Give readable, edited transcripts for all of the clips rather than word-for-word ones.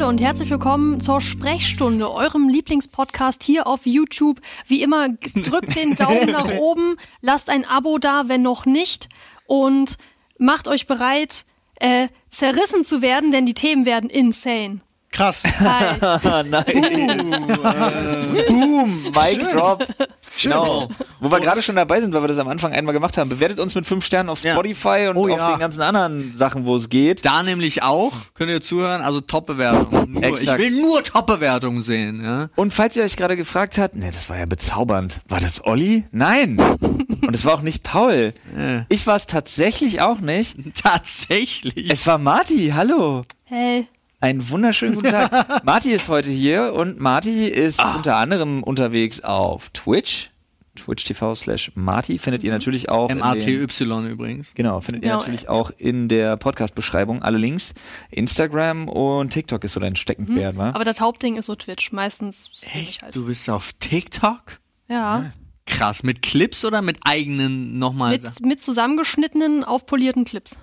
Leute und herzlich willkommen zur Sprechstunde, eurem Lieblingspodcast hier auf YouTube. Wie immer, drückt den Daumen nach oben, lasst ein Abo da, wenn noch nicht, und macht euch bereit, zerrissen zu werden, denn die Themen werden insane. Krass. Nice. Boom. Mic drop. Genau. Wo wir gerade schon dabei sind, weil wir das am Anfang einmal gemacht haben. Bewertet uns mit 5 Sternen auf Spotify und auf den ganzen anderen Sachen, wo es geht. Da nämlich auch, könnt ihr zuhören, also Top-Bewertungen. Ich will nur Top-Bewertungen sehen. Ja? Und falls ihr euch gerade gefragt habt, das war ja bezaubernd. War das Olli? Nein. Und es war auch nicht Paul. Ich war es tatsächlich auch nicht. Tatsächlich? Es war Marti. Hallo. Hey. Einen wunderschönen guten Tag. Marti ist heute hier und Marti ist unter anderem unterwegs auf Twitch. Twitch.tv/Marti findet ihr natürlich auch. M-A-T-Y übrigens. Genau, findet ihr natürlich auch in der Podcast-Beschreibung alle Links. Instagram und TikTok ist so dein Steckenpferd, wa? Aber das Hauptding ist so Twitch, meistens. Echt? Halt. Du bist auf TikTok? Ja. Krass, mit Clips oder mit eigenen nochmal? Mit zusammengeschnittenen, aufpolierten Clips.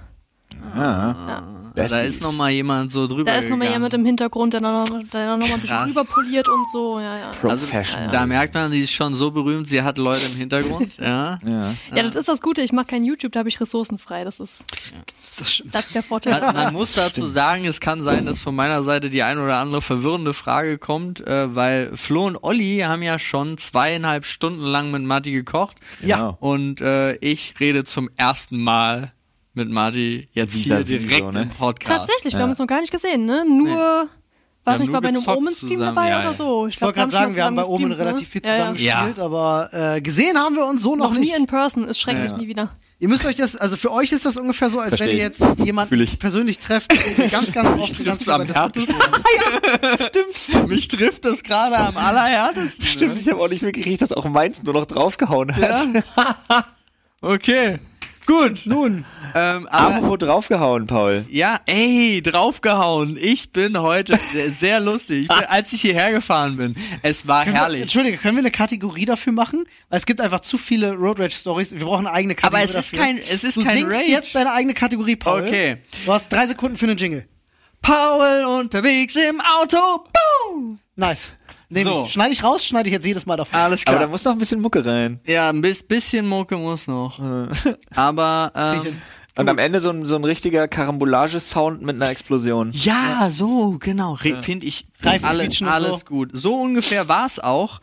Da ist nochmal jemand so drüber. Da ist nochmal jemand im Hintergrund, der noch mal ein bisschen drüber poliert und so. Ja. Professional. Also, da merkt man, sie ist schon so berühmt, sie hat Leute im Hintergrund. Ja, das ist das Gute. Ich mache kein YouTube, da habe ich Ressourcen frei. Das ist der Vorteil. Man muss dazu sagen, es kann sein, dass von meiner Seite die ein oder andere verwirrende Frage kommt, weil Flo und Olli haben ja schon 2,5 Stunden lang mit Matti gekocht. Ja. Und ich rede zum ersten Mal mit Marti jetzt hier direkt im Podcast. Tatsächlich, wir haben uns noch gar nicht gesehen, ne? Nur, weiß nicht, war bei einem Omen-Stream dabei oder so. Ich wollte gerade sagen, wir haben bei Omen relativ viel zusammen gespielt, aber gesehen haben wir uns so noch nicht. Nie in person, ist schrecklich, nie wieder. Ihr müsst euch das, also für euch ist das ungefähr so, als wenn ihr jetzt jemanden persönlich trefft und ganz, ganz oft am härtesten. Ja, stimmt. Mich trifft das gerade am allerhärtesten. Stimmt, ich habe auch nicht mitgekriegt, dass auch Mainz nur noch draufgehauen hat. Ja? Okay. Gut. Nun. Apropos draufgehauen, Paul. Ja, draufgehauen. Ich bin heute sehr lustig. Als ich hierher gefahren bin, es war herrlich. Entschuldige, können wir eine Kategorie dafür machen? Weil es gibt einfach zu viele Road Rage Stories. Wir brauchen eine eigene Kategorie. Aber es ist kein Du Rage. jetzt deine eigene Kategorie, Paul. Okay. Du hast 3 Sekunden für einen Jingle. Paul unterwegs im Auto. Boom. Nice. So. Schneide ich raus, schneide ich jetzt jedes Mal davon. Alles klar. Aber da muss noch ein bisschen Mucke rein. Ja, ein bisschen Mucke muss noch. Aber, und am Ende so ein richtiger Karambolage-Sound mit einer Explosion. Ja, so, genau. Finde ich alles gut. So ungefähr war es auch.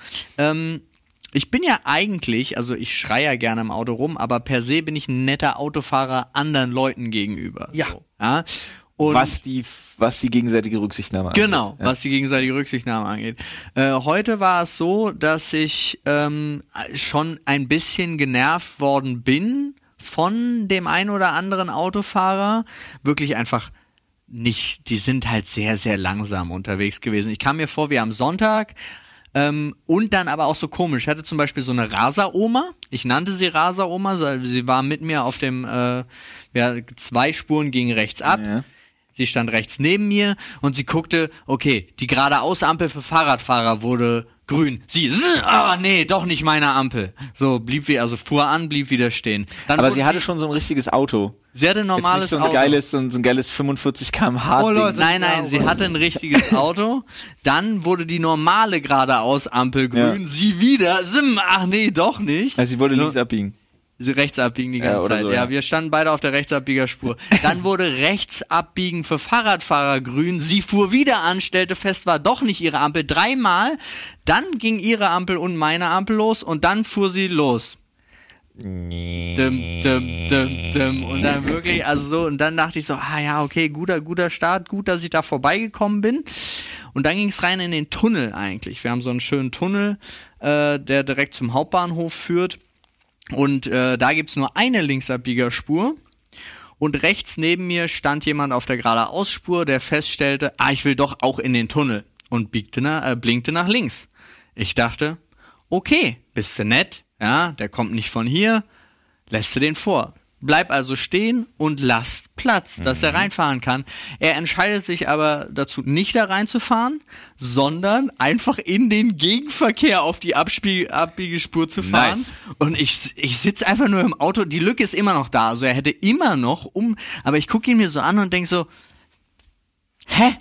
Ich bin ja eigentlich, also ich schreie ja gerne im Auto rum, aber per se bin ich ein netter Autofahrer anderen Leuten gegenüber. Ja. So, ja? Und was die gegenseitige Rücksichtnahme angeht. Genau, was die gegenseitige Rücksichtnahme angeht. Heute war es so, dass ich schon ein bisschen genervt worden bin von dem ein oder anderen Autofahrer. Wirklich einfach nicht, die sind halt sehr, sehr langsam unterwegs gewesen. Ich kam mir vor wie am Sonntag. Und dann aber auch so komisch. Ich hatte zum Beispiel so eine Raser-Oma. Ich nannte sie Raser-Oma. Sie war mit mir auf dem 2 Spuren gingen rechts ab. Ja. Sie stand rechts neben mir und sie guckte, okay, die Geradeausampel für Fahrradfahrer wurde grün. Sie, nee, doch nicht meine Ampel. So, fuhr an, blieb wieder stehen. Aber sie hatte schon so ein richtiges Auto. Sie hatte ein normales Auto. So ein geiles 45 km/h Ding. Nein, sie hatte ein richtiges Auto. Dann wurde die normale Geradeausampel grün. Ja. Sie wieder, doch nicht. Also sie wollte links abbiegen. Rechts abbiegen die ganze Zeit. So, ja, wir standen beide auf der Rechtsabbiegerspur. Dann wurde rechts abbiegen für Fahrradfahrer grün. Sie fuhr wieder an, stellte fest, war doch nicht ihre Ampel. 3-mal. Dann ging ihre Ampel und meine Ampel los und dann fuhr sie los. Und dann wirklich, und dann dachte ich so, okay, guter Start, gut, dass ich da vorbeigekommen bin. Und dann ging es rein in den Tunnel eigentlich. Wir haben so einen schönen Tunnel, der direkt zum Hauptbahnhof führt. Und da gibt's nur eine Linksabbiegerspur und rechts neben mir stand jemand auf der Geradeausspur, der feststellte, ich will doch auch in den Tunnel und blinkte nach links. Ich dachte, okay, bist du nett, ja, der kommt nicht von hier, lässt du den vor. Bleib also stehen und lasst Platz, dass er reinfahren kann. Er entscheidet sich aber dazu, nicht da reinzufahren, sondern einfach in den Gegenverkehr auf die Abbiegespur zu fahren. Nice. Und ich sitze einfach nur im Auto, die Lücke ist immer noch da, also er hätte immer noch aber ich gucke ihn mir so an und denk so, hä?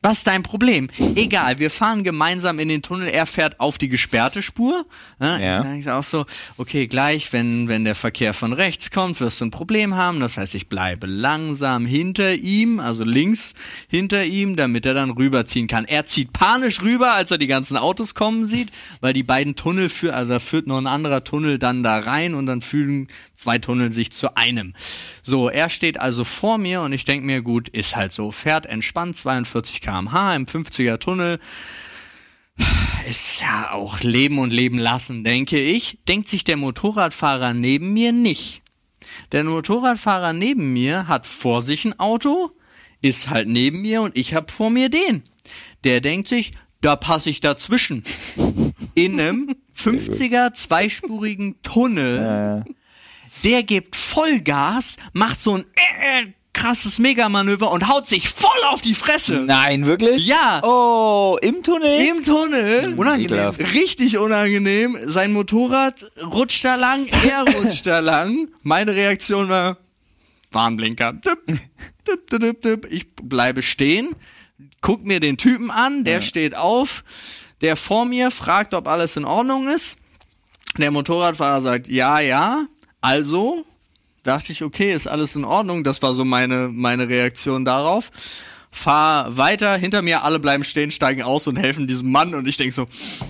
Was ist dein Problem? Egal, wir fahren gemeinsam in den Tunnel, er fährt auf die gesperrte Spur. Ja. Dann ist auch so, okay, gleich, wenn der Verkehr von rechts kommt, wirst du ein Problem haben. Das heißt, ich bleibe langsam hinter ihm, also links hinter ihm, damit er dann rüberziehen kann. Er zieht panisch rüber, als er die ganzen Autos kommen sieht, weil die beiden Tunnel da führt noch ein anderer Tunnel dann da rein und dann fügen 2 Tunnel sich zu einem. So, er steht also vor mir und ich denke mir, gut, ist halt so, fährt entspannt 42 km/h im 50er Tunnel. Ist ja auch Leben und Leben lassen, denke ich. Denkt sich der Motorradfahrer neben mir nicht. Der Motorradfahrer neben mir hat vor sich ein Auto, ist halt neben mir und ich hab vor mir den. Der denkt sich, da passe ich dazwischen. In einem 50er zweispurigen Tunnel. Der gibt Vollgas, macht so ein krasses Megamanöver und haut sich voll auf die Fresse. Nein, wirklich? Ja. Oh, im Tunnel? Im Tunnel. Unangenehm. Richtig unangenehm. Sein Motorrad rutscht da lang, er rutscht da lang. Meine Reaktion war, Warnblinker. Ich bleibe stehen, guck mir den Typen an, der steht auf, der vor mir fragt, ob alles in Ordnung ist. Der Motorradfahrer sagt, ja. Also dachte ich, okay, ist alles in Ordnung. Das war so meine Reaktion darauf. Fahr weiter, hinter mir, alle bleiben stehen, steigen aus und helfen diesem Mann. Und ich denk so...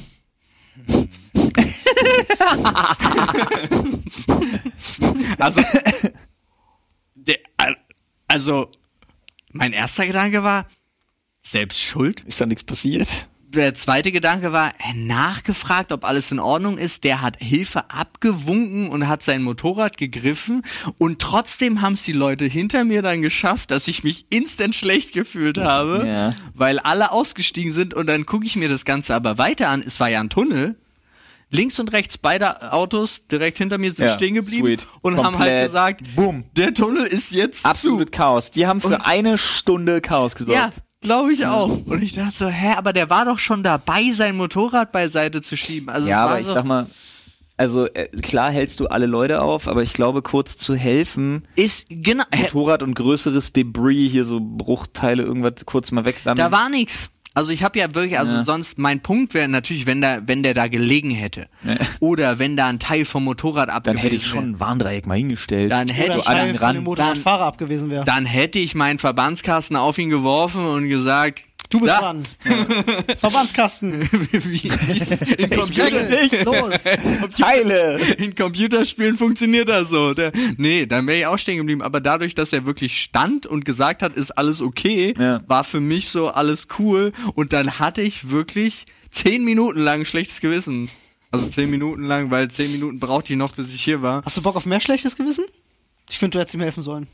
Also, mein erster Gedanke war, selbst schuld. Ist da nichts passiert? Der zweite Gedanke war, nachgefragt, ob alles in Ordnung ist. Der hat Hilfe abgewunken und hat sein Motorrad gegriffen. Und trotzdem haben es die Leute hinter mir dann geschafft, dass ich mich instant schlecht gefühlt habe, weil alle ausgestiegen sind. Und dann gucke ich mir das Ganze aber weiter an. Es war ja ein Tunnel. Links und rechts beide Autos direkt hinter mir sind stehen geblieben und haben halt gesagt, boom, der Tunnel ist jetzt absolut Chaos. Die haben für eine Stunde Chaos gesorgt. Ja. Glaube ich auch. Und ich dachte so, aber der war doch schon dabei, sein Motorrad beiseite zu schieben. Also ja, aber ich sag mal, also klar hältst du alle Leute auf, aber ich glaube, kurz zu helfen ist genau Motorrad und größeres Debris, hier so Bruchteile, irgendwas kurz mal wegsammeln. Da war nichts. Also ich habe ja wirklich, sonst mein Punkt wäre natürlich, wenn der da gelegen hätte oder wenn da ein Teil vom Motorrad abgewiesen wäre. Dann hätte ich schon ein Warndreieck mal hingestellt. Dann hätte ich einen Teil von dem Motorradfahrer abgewiesen wäre. Dann hätte ich meinen Verbandskasten auf ihn geworfen und gesagt, du bist dran. Verbandskasten. In In Computerspielen funktioniert das so. Dann wäre ich auch stehen geblieben. Aber dadurch, dass er wirklich stand und gesagt hat, ist alles okay, war für mich so alles cool. Und dann hatte ich wirklich 10 Minuten lang ein schlechtes Gewissen. Also 10 Minuten lang, weil 10 Minuten brauchte ich noch, bis ich hier war. Hast du Bock auf mehr schlechtes Gewissen? Ich finde, du hättest ihm helfen sollen.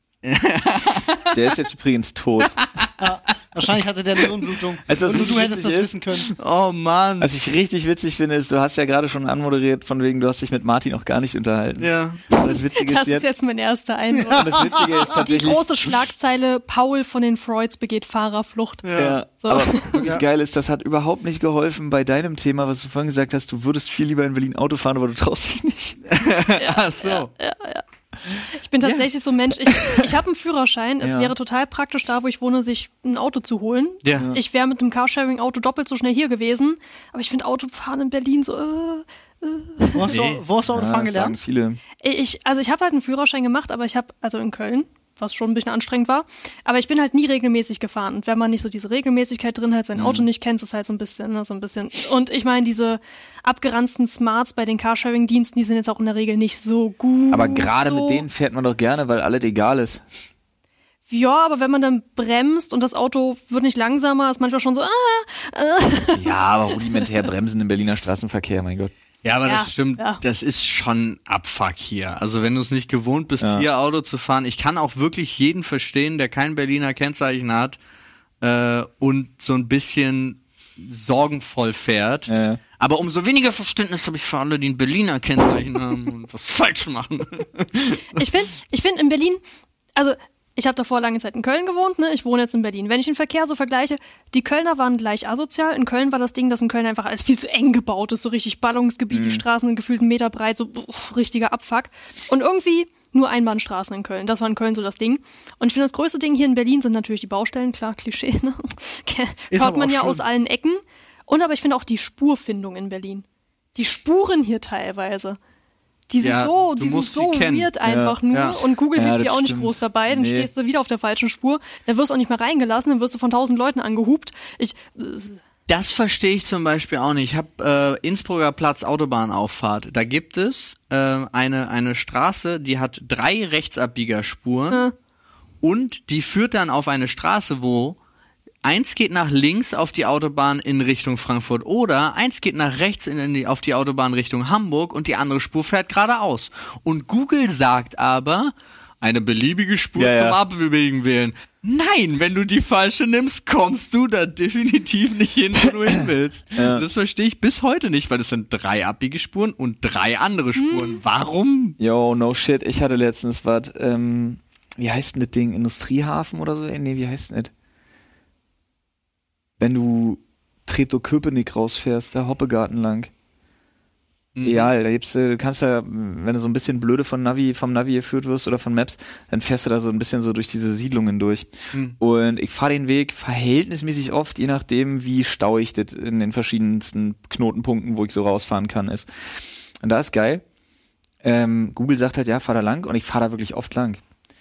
Der ist jetzt übrigens tot. Ja, wahrscheinlich hatte der eine Hirnblutung. Also, und du hättest das wissen können. Oh Mann. Was ich richtig witzig finde, ist, du hast ja gerade schon anmoderiert, von wegen, du hast dich mit Martin noch gar nicht unterhalten. Ja. Und das Witzige ist jetzt mein erster Eindruck. Und das Witzige ist tatsächlich... Die große Schlagzeile, Paul von den Freuds begeht Fahrerflucht. Ja. So. Aber wirklich geil ist, das hat überhaupt nicht geholfen bei deinem Thema, was du vorhin gesagt hast, du würdest viel lieber in Berlin Auto fahren, aber du traust dich nicht. Ach so. Ja. Ich bin tatsächlich so ein Mensch, ich habe einen Führerschein, es wäre total praktisch da, wo ich wohne, sich ein Auto zu holen. Ja. Ich wäre mit einem Carsharing-Auto doppelt so schnell hier gewesen, aber ich finde Autofahren in Berlin so, Wo hast du Autofahren gelernt? Viele. Ich habe halt einen Führerschein gemacht, aber also in Köln, was schon ein bisschen anstrengend war, aber ich bin halt nie regelmäßig gefahren. Und wenn man nicht so diese Regelmäßigkeit drin hat, sein Auto nicht kennt, ist es halt so ein bisschen. Und ich meine, diese abgeranzten Smarts bei den Carsharing-Diensten, die sind jetzt auch in der Regel nicht so gut. Aber gerade mit denen fährt man doch gerne, weil alles egal ist. Ja, aber wenn man dann bremst und das Auto wird nicht langsamer, ist manchmal schon so, Ja, aber rudimentär bremsen im Berliner Straßenverkehr, mein Gott. Ja, aber das stimmt, das ist schon Abfuck hier. Also wenn du es nicht gewohnt bist, 4 Auto zu fahren, ich kann auch wirklich jeden verstehen, der kein Berliner Kennzeichen hat und so ein bisschen sorgenvoll fährt. Aber umso weniger Verständnis habe ich für alle, die ein Berliner Kennzeichen haben und was falsch machen. Ich finde in Berlin, also ich habe davor lange Zeit in Köln gewohnt, ne? Ich wohne jetzt in Berlin. Wenn ich den Verkehr so vergleiche, die Kölner waren gleich asozial. In Köln war das Ding, dass in Köln einfach alles viel zu eng gebaut ist, so richtig Ballungsgebiet, die Straßen sind gefühlt 1 Meter breit, so richtiger Abfuck. Und irgendwie nur Einbahnstraßen in Köln. Das war in Köln so das Ding. Und ich finde, das größte Ding hier in Berlin sind natürlich die Baustellen. Klar, Klischee, ne? Hört man ja aus allen Ecken. Und aber ich finde auch die Spurfindung in Berlin. Die Spuren hier teilweise. Die sind so weird einfach nur. Ja. Und Google hilft dir auch nicht groß dabei. Dann stehst du wieder auf der falschen Spur. Dann wirst du auch nicht mehr reingelassen. Dann wirst du von 1000 Leuten angehupt. Das verstehe ich zum Beispiel auch nicht. Ich habe Innsbrucker Platz Autobahnauffahrt. Da gibt es eine Straße, die hat 3 Rechtsabbiegerspuren und die führt dann auf eine Straße, wo eins geht nach links auf die Autobahn in Richtung Frankfurt oder eins geht nach rechts auf die Autobahn Richtung Hamburg und die andere Spur fährt geradeaus. Und Google sagt aber, eine beliebige Spur zum Abbiegen wählen. Nein, wenn du die falsche nimmst, kommst du da definitiv nicht hin, wo du hin willst. Ja. Das verstehe ich bis heute nicht, weil es sind 3 Abbiegespuren und 3 andere Spuren. Warum? Yo, no shit. Ich hatte letztens was, wie heißt denn das Ding? Industriehafen oder so? Nee, wie heißt denn das? Wenn du Treptow-Köpenick rausfährst, der Hoppegarten lang. Ja, da gibt's, du kannst ja, wenn du so ein bisschen blöde vom Navi geführt wirst oder von Maps, dann fährst du da so ein bisschen so durch diese Siedlungen durch. Und ich fahre den Weg verhältnismäßig oft, je nachdem, wie stauig das in den verschiedensten Knotenpunkten, wo ich so rausfahren kann, ist. Und da ist geil. Google sagt halt, ja, fahr da lang, und ich fahre da wirklich oft lang.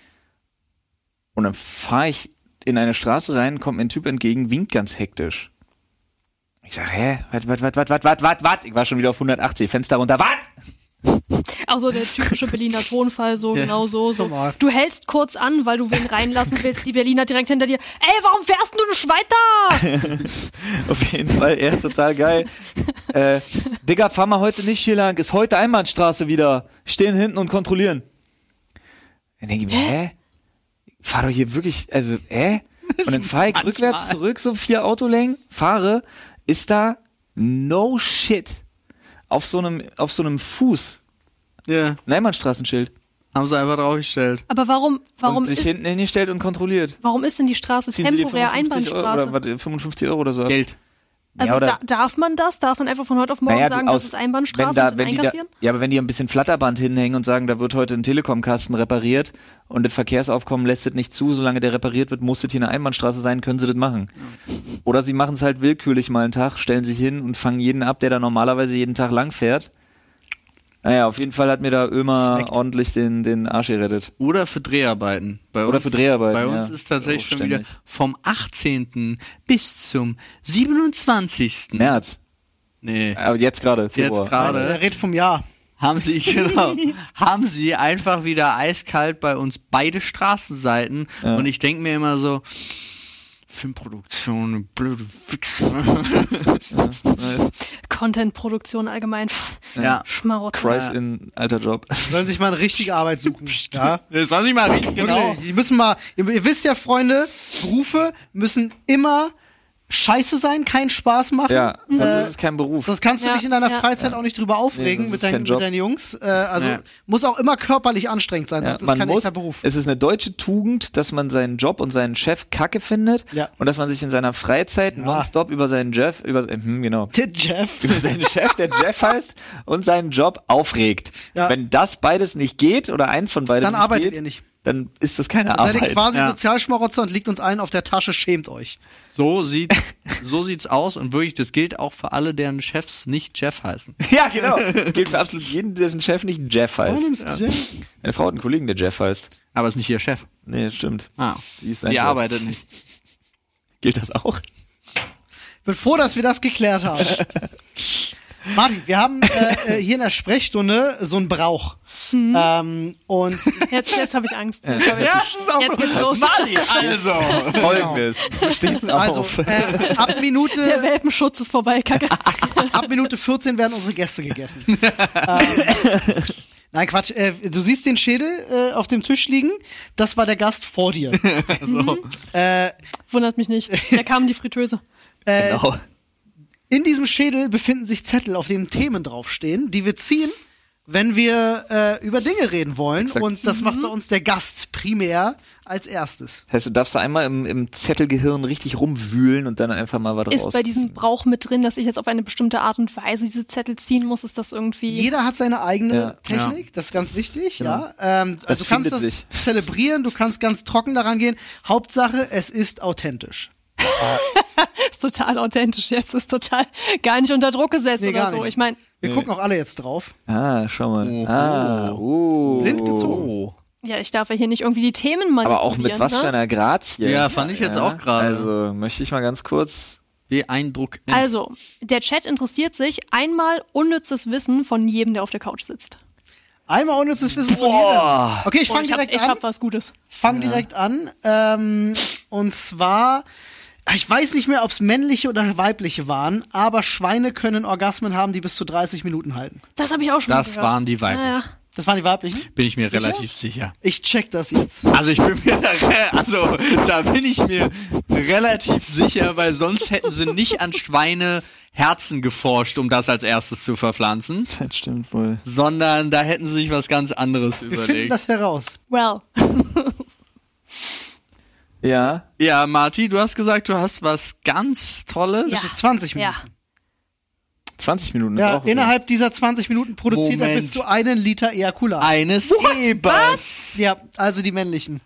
Und dann fahre ich in eine Straße rein, kommt mir ein Typ entgegen, winkt ganz hektisch. Ich sag, was? Ich war schon wieder auf 180, Fenster runter, was? Also der typische Berliner Tonfall, so genau so. Du hältst kurz an, weil du wen reinlassen willst, die Berliner direkt hinter dir. Ey, warum fährst du nicht weiter? Auf jeden Fall, er ist total geil. Digga, fahr mal heute nicht hier lang, ist heute Einbahnstraße wieder. Stehen hinten und kontrollieren. Dann denke ich mir, fahr doch hier wirklich, also, Und dann fahre ich rückwärts zurück, so 4 Autolängen, fahre, ist da no shit auf so einem Fuß ein Einbahnstraßenschild. Haben sie einfach draufgestellt. Aber warum und sich hinten hingestellt und kontrolliert. Warum ist denn die Straße temporär Einbahnstraße? Oder 55 € oder so. Geld. Also darf man das? Darf man einfach von heute auf morgen sagen, das ist Einbahnstraße und einkassieren? Aber wenn die ein bisschen Flatterband hinhängen und sagen, da wird heute ein Telekom-Kasten repariert und das Verkehrsaufkommen lässt das nicht zu, solange der repariert wird, muss das hier eine Einbahnstraße sein, können sie das machen. Oder sie machen es halt willkürlich mal einen Tag, stellen sich hin und fangen jeden ab, der da normalerweise jeden Tag lang fährt. Naja, auf jeden Fall hat mir da Ömer ordentlich den Arsch gerettet. Oder für Dreharbeiten. Bei uns ist tatsächlich schon wieder vom 18. bis zum 27. März. Nee. Aber jetzt gerade, Februar. Der redet vom Jahr. Haben sie einfach wieder eiskalt bei uns beide Straßenseiten. Ja. Und ich denke mir immer so, Filmproduktion, blöde Wichser. Nice. Contentproduktion allgemein. Ja. Schmarotzer. Kreis in alter Job. Sollen sich mal eine richtige Arbeit suchen. Ja? Sollen sich mal richtig, genau. Die müssen mal, ihr wisst ja, Freunde, Berufe müssen immer scheiße sein, keinen Spaß machen. Ja, sonst ist es kein Beruf. Das kannst du dich in deiner Freizeit auch nicht drüber aufregen mit deinen Jungs. Muss auch immer körperlich anstrengend sein, sonst ist es kein echter Beruf. Es ist eine deutsche Tugend, dass man seinen Job und seinen Chef kacke findet und dass man sich in seiner Freizeit nonstop über seinen Chef, über seinen Chef, der Jeff heißt, und seinen Job aufregt. Ja. Wenn das beides nicht geht oder eins von beiden dann arbeitet ihr nicht. Dann ist das keine Arbeit. Seid ihr quasi Sozialschmarotzer und liegt uns allen auf der Tasche, schämt euch. So sieht's aus und wirklich, das gilt auch für alle, deren Chefs nicht Jeff heißen. Ja, genau. Gilt für absolut jeden, dessen Chef nicht Jeff heißt. Warum nimmst du Jeff? Meine Frau hat einen Kollegen, der Jeff heißt. Aber ist nicht ihr Chef. Nee, das stimmt. Sie ist die arbeitet nicht. Gilt das auch? Ich bin froh, dass wir das geklärt haben. Martin, wir haben hier in der Sprechstunde so einen Brauch. Und jetzt habe ich Angst. Jetzt geht's los. Martin, also. Folgendes. Du stehst auf. Ab Minute... Der Welpenschutz ist vorbei, Kacke. Ab Minute 14 werden unsere Gäste gegessen. Nein, Quatsch. Du siehst den Schädel auf dem Tisch liegen. Das war der Gast vor dir. So. Wundert mich nicht. Da kam die Fritteuse. Genau. In diesem Schädel befinden sich Zettel, auf denen Themen draufstehen, die wir ziehen wenn wir über Dinge reden wollen. Exakt. Und das macht bei uns der Gast primär als erstes. Das heißt, du darfst da einmal im Zettelgehirn richtig rumwühlen und dann einfach mal was Ist bei diesem Brauch mit drin, dass ich jetzt auf eine bestimmte Art und Weise diese Zettel ziehen muss? Ist das irgendwie... Jeder hat seine eigene Ja. Technik, das ist ganz wichtig, Genau. ja. Also du kannst findet das sich. zelebrieren, du kannst ganz trocken daran gehen. Hauptsache, es ist authentisch. ist total authentisch jetzt, ist total gar nicht unter Druck gesetzt Nee, oder gar so. nicht. Ich meine, Wir gucken auch alle jetzt drauf. Ah, schau mal. Blind gezogen. ja, ich darf ja hier nicht irgendwie die Themen manipulieren. Aber auch mit was ne? für einer Grazie. Ja, fand ich jetzt auch gerade. Also, möchte ich mal ganz kurz... Beeindruckend. Also, der Chat interessiert sich einmal unnützes Wissen von jedem, der auf der Couch sitzt. Einmal unnützes Wissen von jedem. Okay, ich fange direkt Ich an. hab was Gutes. Fang direkt an. Und zwar, ich weiß nicht mehr, ob es männliche oder weibliche waren, aber Schweine können Orgasmen haben, die bis zu 30 Minuten halten. Das habe ich auch schon mal Das gehört. waren die Weiblichen. Ja. Das waren die weiblichen? Bin ich mir Sicher? relativ sicher. Ich check das jetzt. Also da bin ich mir relativ sicher, weil sonst hätten sie nicht an Schweine Herzen geforscht, um das als erstes zu verpflanzen, Das stimmt wohl. sondern da hätten sie sich was ganz anderes Wir finden überlegt. das heraus. Well. Ja. Ja, Marti, du hast gesagt, du hast was ganz Tolles. Ja. So 20 Minuten. Ja. 20 Minuten ist Ja, auch okay. innerhalb dieser 20 Minuten produziert er Moment. bis zu 1 Liter Ejakulat. Eines Ebers. Ja, also die männlichen.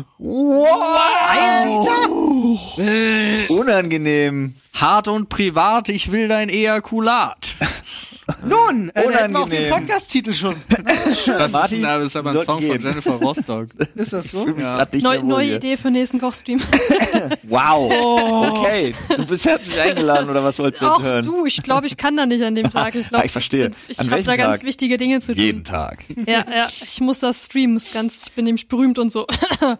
Unangenehm. Hart und privat, ich will dein Ejakulat. Nun, da hätten wir auch den Unangenehm. Podcast-Titel schon. Das Martin, ist aber ein sollten Song von gehen. Jennifer Rostock. Ist das so? Grad nicht mehr wohl Neue hier. Idee für nächsten Kochstream. Wow. Okay. Du bist herzlich eingeladen, oder was wolltest du jetzt Ach hören? du, ich glaube, ich kann da nicht an dem Tag. Ich, glaub, Ich verstehe. Ich An habe welchem da ganz Tag? wichtige Dinge zu tun. Tag. Ja, ich muss das streamen. Ich bin nämlich berühmt und so.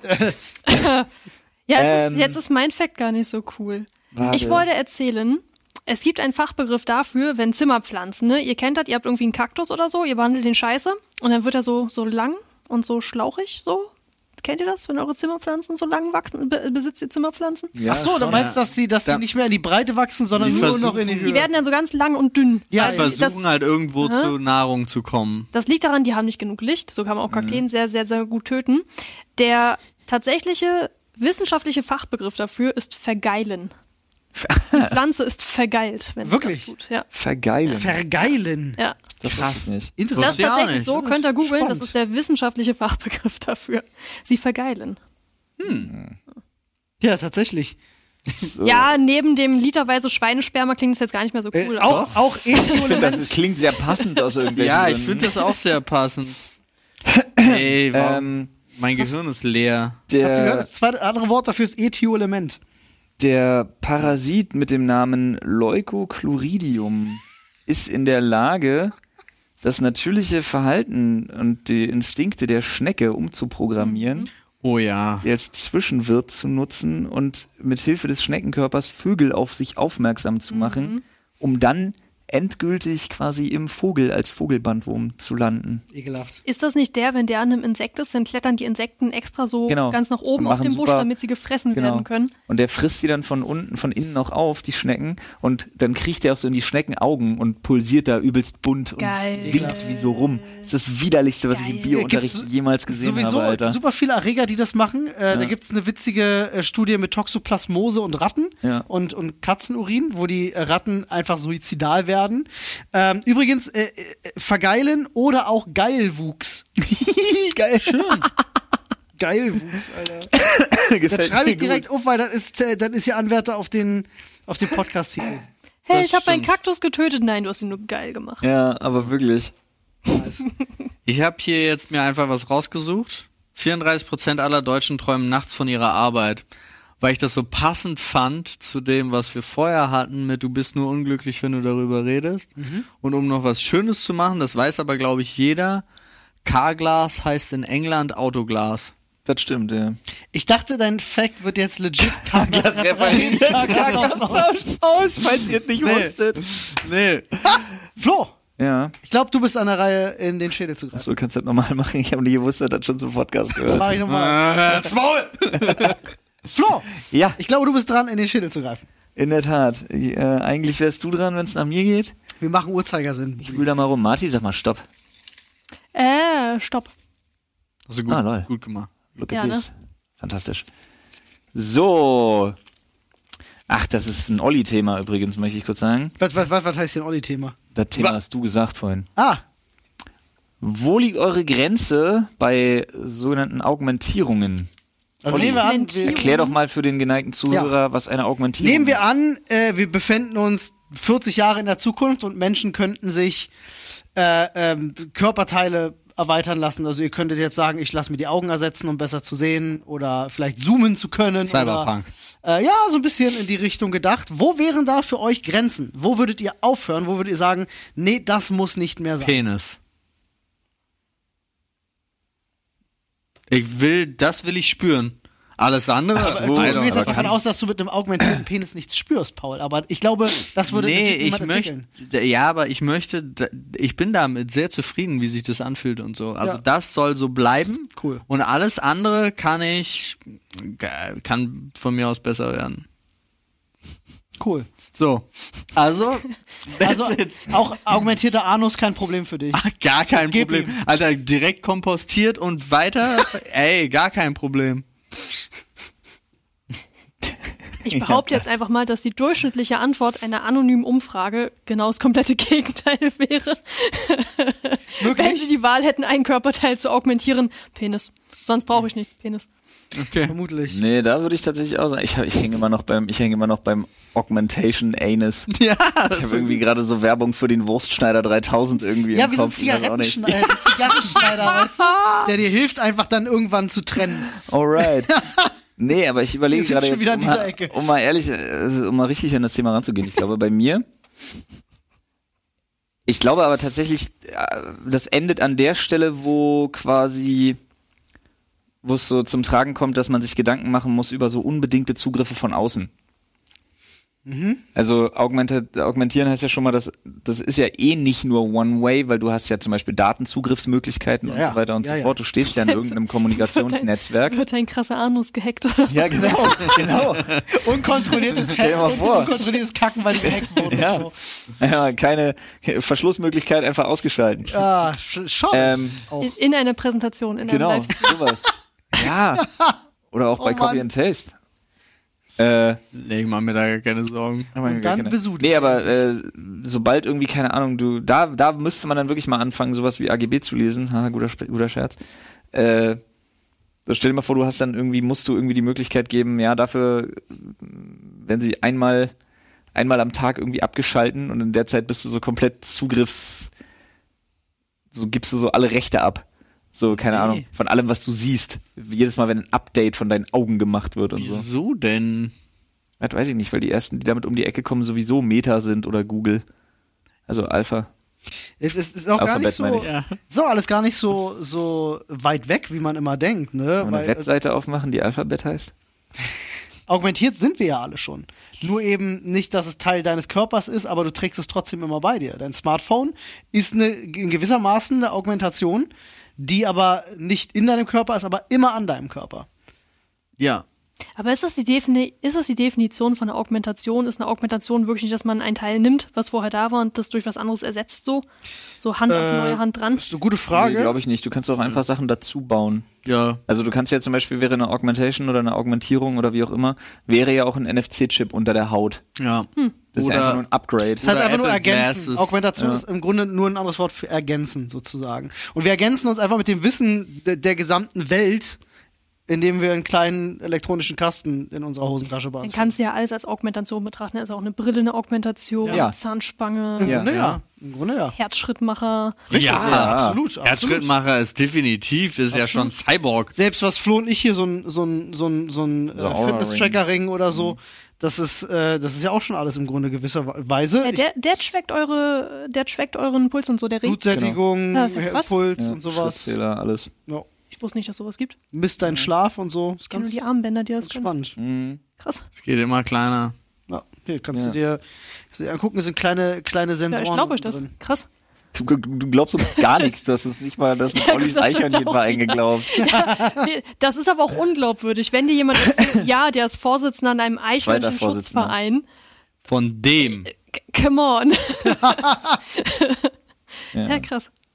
Ja, jetzt ist mein Fact gar nicht so cool. Warte. Ich wollte erzählen, es gibt einen Fachbegriff dafür, wenn Zimmerpflanzen, ne? Ihr kennt das, ihr habt irgendwie einen Kaktus oder so, ihr behandelt den scheiße und dann wird er so lang und so schlauchig, so. Kennt ihr das, wenn eure Zimmerpflanzen so lang wachsen? Besitzt ihr Zimmerpflanzen? Ja, Ach so, du schon. meinst, dass die nicht mehr in die Breite wachsen, sondern Die nur noch in die versuchen- Höhe. Die werden dann so ganz lang und dünn. Ja, Weil Versuchen halt irgendwo zur Nahrung zu kommen. Das liegt daran, die haben nicht genug Licht. So kann man auch Kakteen sehr, sehr, sehr gut töten. Der tatsächliche wissenschaftliche Fachbegriff dafür ist vergeilen. Die Pflanze ist vergeilt, wenn Wirklich? sie das tut. Ja. Vergeilen. Vergeilen. Ja. Das weiß nicht. Das Interessant. ist ja auch tatsächlich nicht. so, könnt ihr googeln, Spannend. das ist der wissenschaftliche Fachbegriff dafür. Sie vergeilen. Ja, tatsächlich. So. Ja, neben dem literweise Schweinesperma klingt es jetzt gar nicht mehr so cool. aber Auch Ich finde, Ethiolement. das klingt sehr passend aus irgendwelchen Ja, ich Gründen. finde das auch sehr passend. Ey, warum? Mein Gehirn ist leer. Habt ihr gehört? Der, Das zweite andere Wort dafür ist Ethiolement. der Parasit mit dem Namen Leucochloridium ist in der Lage, das natürliche Verhalten und die Instinkte der Schnecke umzuprogrammieren, Oh ja. die als Zwischenwirt zu nutzen und mit Hilfe des Schneckenkörpers Vögel auf sich aufmerksam zu machen, um dann endgültig quasi im Vogel als Vogelbandwurm zu landen. Ekelhaft. ist das nicht der, wenn der an einem Insekt ist, dann klettern die Insekten extra so Genau. ganz nach oben Und auf machen dem Busch, super- damit sie gefressen Genau. werden können? Und der frisst sie dann von unten, von innen auch auf, die Schnecken. Und dann kriecht er auch so in die Schneckenaugen und pulsiert da übelst bunt und Geil. winkt wie so rum. Das ist das Widerlichste, was ich im Geil. Biounterricht Gibt's jemals gesehen Sowieso habe, Alter. super viele Erreger, die das machen. Da gibt's eine witzige Studie mit Toxoplasmose und Ratten Ja. und Katzenurin, wo die Ratten einfach suizidal werden. Übrigens, vergeilen oder auch Geilwuchs. Geil. Schön. Geilwuchs, Alter. Das schreibe ich direkt auf, weil dann ist ja Anwärter auf den Podcast-Titel. Hey, Das ich habe meinen stimmt. Kaktus getötet. Nein, du hast ihn nur geil gemacht. Ja, aber wirklich. Nice. Ich habe hier jetzt mir einfach was rausgesucht. 34% aller Deutschen träumen nachts von ihrer Arbeit. Weil ich das so passend fand zu dem, was wir vorher hatten mit du bist nur unglücklich, wenn du darüber redest. Und um noch was Schönes zu machen, das weiß aber, glaube ich, jeder, Carglass heißt in England Autoglas. Das stimmt, ja. Ich dachte, dein Fact wird jetzt legit Carglass aus, falls ihr es nicht wusstet. Nee. Flo, Ja, ich glaube, du bist an der Reihe, in den Schädel zu greifen. so kannst du das normal machen. Ich habe nicht gewusst, dass das schon zum Podcast gehört. Mach ich nochmal. Flo, Ja, ich glaube, du bist dran, in den Schädel zu greifen. in der Tat. Eigentlich wärst du dran, wenn es nach mir geht. Wir machen Uhrzeigersinn. Ich will da mal rum. Marti, sag mal Stopp. Stopp. Also lol. gut gemacht. Look Ja, at this. Fantastisch. So. Ach, das ist ein Olli-Thema übrigens, möchte ich kurz sagen. Was heißt denn Olli-Thema? Das Thema hast du gesagt vorhin. Ah, Wo liegt eure Grenze bei sogenannten Augmentierungen? also Olli, nehmen wir an, Augmentierung. Erklär doch mal für den geneigten Zuhörer, was eine Augmentierung nehmen wir ist. an, wir befinden uns 40 Jahre in der Zukunft und Menschen könnten sich Körperteile erweitern lassen. Also ihr könntet jetzt sagen, ich lasse mir die Augen ersetzen, um besser zu sehen oder vielleicht zoomen zu können. Cyberpunk. Oder, ja, so ein bisschen in die Richtung gedacht. Wo wären da für euch Grenzen? Wo würdet ihr aufhören? Wo würdet ihr sagen, nee, das muss nicht mehr sein? Penis. Das will ich spüren. Alles andere? Ach so. Du Aber gehst jetzt davon kannst- aus, dass du mit einem augmentierten Penis nichts spürst, Paul. Aber ich glaube, das würde Nee, niemand entwickeln. ich bin damit sehr zufrieden, wie sich das anfühlt und so. Also Ja. das soll so bleiben. Cool. Und alles andere kann von mir aus besser werden. Cool. So. Also, that's Also it. auch augmentierter Anus kein Problem für dich. Gar kein Gib Problem. ihm. Alter, direkt kompostiert und weiter. Ey, gar kein Problem. Ich behaupte jetzt einfach mal, dass die durchschnittliche Antwort einer anonymen Umfrage genau das komplette Gegenteil wäre. Wenn sie Wirklich? die Wahl hätten, ein Körperteil zu augmentieren, Penis. Sonst brauche ich nichts, Penis. Okay. Vermutlich. Nee, da würde ich tatsächlich auch sagen, ich hänge immer noch beim Augmentation Anus. Ja, Ich habe irgendwie gerade so Werbung für den Wurstschneider 3000 irgendwie Ja, im wie so ein Kopf. Ich weiß auch nicht. Zigarrenschneider, weißt du? Der dir hilft, einfach dann irgendwann zu trennen. Alright. Nee, aber ich überlege Wir sind gerade schon jetzt, wieder in dieser Ecke. um mal ehrlich, um mal richtig an das Thema ranzugehen. Ich glaube, bei mir, ich glaube aber tatsächlich, das endet an der Stelle, wo es so zum Tragen kommt, dass man sich Gedanken machen muss über so unbedingte Zugriffe von außen. Also augmentieren heißt ja schon mal, das ist ja eh nicht nur One-Way, weil du hast ja zum Beispiel Datenzugriffsmöglichkeiten und Ja, so weiter und ja, so ja. fort. Du stehst ja in irgendeinem Kommunikationsnetzwerk. Wird ein krasser Anus gehackt oder so. Ja, genau. Unkontrolliertes Stell dir mal vor. unkontrolliertes Kacken, weil die gehackt wurden. Ja. So. Ja, keine Verschlussmöglichkeit einfach ausgeschalten. Ah, schon. Auch. In einer Präsentation, in einem Genau, Livestream. sowas. Ja. Oder auch bei Mann. Copy and Paste. Nee, ich mach mir da gar keine Sorgen. Und dann besudelt Nee, er aber sobald irgendwie, keine Ahnung, da müsste man dann wirklich mal anfangen, sowas wie AGB zu lesen. Haha, guter Scherz. So stell dir mal vor, musst du irgendwie die Möglichkeit geben, ja, dafür, wenn sie einmal am Tag irgendwie abgeschalten und in der Zeit bist du so komplett so gibst du so alle Rechte ab. So, keine Ahnung, von allem, was du siehst. Jedes Mal, wenn ein Update von deinen Augen gemacht wird und so. Wieso denn? Das weiß ich nicht, weil die ersten, die damit um die Ecke kommen, sowieso Meta sind oder Google. Also Alpha. Es ist auch gar nicht Alphabet meine so, ich. Ja. so alles gar nicht so weit weg, wie man immer denkt, ne? Wollen wir Weil eine Webseite aufmachen, die Alphabet heißt? augmentiert sind wir ja alle schon. Nur eben nicht, dass es Teil deines Körpers ist, aber du trägst es trotzdem immer bei dir. Dein Smartphone ist in gewissermaßen eine Augmentation, die aber nicht in deinem Körper ist, aber immer an deinem Körper. Ja. Aber ist das die Definition von einer Augmentation? Ist eine Augmentation wirklich nicht, dass man einen Teil nimmt, was vorher da war und das durch was anderes ersetzt so? So Hand auf neue Hand dran? Das ist eine gute Frage. Nee, glaube ich nicht. Du kannst auch einfach Sachen dazu bauen. Ja. Also du kannst ja zum Beispiel, wäre eine Augmentation oder eine Augmentierung oder wie auch immer, wäre ja auch ein NFC-Chip unter der Haut. Ja. Das ist ja einfach nur ein Upgrade. Das heißt Oder einfach nur Apple ergänzen. Glasses. Augmentation Ja. ist im Grunde nur ein anderes Wort für ergänzen, sozusagen. Und wir ergänzen uns einfach mit dem Wissen der gesamten Welt, indem wir einen kleinen elektronischen Kasten in unserer Hosentasche Dann bauen. kannst du ja alles als Augmentation betrachten. Also auch eine Brille, eine Augmentation, Ja. Zahnspange, Im Ja. Grunde ja. Im Grunde ja. Herzschrittmacher. Ja, absolut. Herzschrittmacher ist definitiv, das ist ja schon Cyborg. Selbst was Flo und ich hier so ein Fitness-Tracker-Ring oder so, das ist ja auch schon alles im Grunde gewisserweise. Ja, der trackt euren Puls und so, der Ring. Blutsättigung, Ja, ist ja krass. Puls Ja, und sowas. Schrittzähler, alles. Ja. Ich wusste nicht, dass sowas gibt. Misst deinen Schlaf und so. Ist Ich kenne nur ganz, die Armbänder, die das ganz können. spannend. Mhm. Krass. Es geht immer kleiner. Ja, hier kannst du dir angucken, es sind kleine Sensoren Ja, ich glaube euch das. drin. Krass. Du glaubst uns gar nichts. Du hast es nicht mal das mit Ja, Ollis gut, das stimmt Eichhörnchenverein auch wieder. geglaubt. Nee, das ist aber auch unglaubwürdig. Wenn dir jemand erzählt, ja, der ist Vorsitzender in einem Zweiter Eichhörnchenschutzverein. Von dem. Come on. Ja. Ja, krass.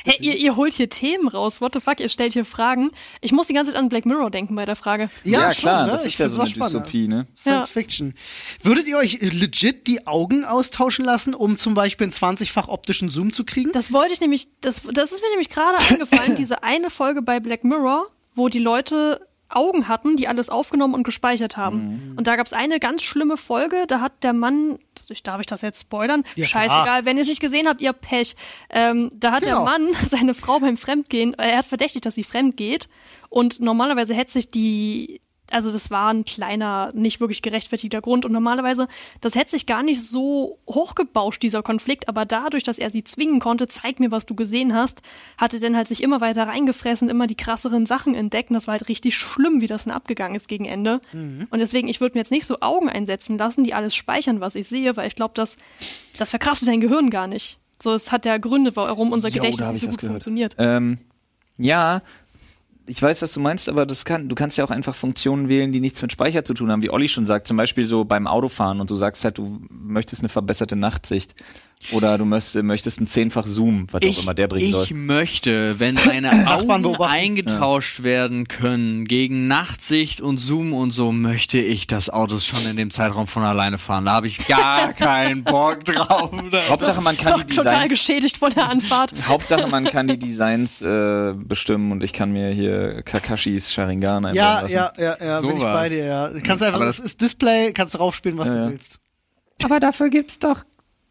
Hey, ihr holt hier Themen raus. What the fuck? Ihr stellt hier Fragen. Ich muss die ganze Zeit an Black Mirror denken bei der Frage. Ja, klar, schon, das ist ja so eine Dystopie, ne? Science Fiction. Würdet ihr euch legit die Augen austauschen lassen, um zum Beispiel einen 20-fach optischen Zoom zu kriegen? Das wollte ich nämlich, das ist mir nämlich gerade eingefallen, diese eine Folge bei Black Mirror, wo die Leute Augen hatten, die alles aufgenommen und gespeichert haben. Und da gab es eine ganz schlimme Folge, da hat der Mann, darf ich das jetzt spoilern? Ja, Scheißegal, wenn ihr es nicht gesehen habt, ihr habt Pech. Da hat der Mann seine Frau beim Fremdgehen, er hat verdächtigt, dass sie fremd geht und normalerweise hätte sich also das war ein kleiner, nicht wirklich gerechtfertigter Grund und normalerweise, das hätte sich gar nicht so hochgebauscht, dieser Konflikt, aber dadurch, dass er sie zwingen konnte, zeig mir, was du gesehen hast, hatte dann halt sich immer weiter reingefressen, immer die krasseren Sachen entdeckt und das war halt richtig schlimm, wie das dann abgegangen ist gegen Ende. Und deswegen, ich würde mir jetzt nicht so Augen einsetzen lassen, die alles speichern, was ich sehe, weil ich glaube, das verkraftet dein Gehirn gar nicht. So, es hat ja Gründe, warum unser Gedächtnis nicht so gut funktioniert. Ja, ich weiß, was du meinst, aber du kannst ja auch einfach Funktionen wählen, die nichts mit Speicher zu tun haben, wie Olli schon sagt, zum Beispiel so beim Autofahren und du sagst halt, du möchtest eine verbesserte Nachtsicht oder du möchtest einen 10-fach Zoom, was auch immer der bringen soll. Ich möchte, wenn meine Augen eingetauscht werden können gegen Nachtsicht und Zoom und so, möchte ich, dass Autos schon in dem Zeitraum von alleine fahren. Da habe ich gar keinen Bock drauf. Hauptsache, man kann die Designs... Total geschädigt von der Anfahrt. Hauptsache, man kann die Designs bestimmen und ich kann mir hier Kakashis Sharingan einbauen lassen. Ja, bin ich bei dir, ja. Du kannst einfach, das ist Display, kannst draufspielen, was du willst. Aber dafür gibt's doch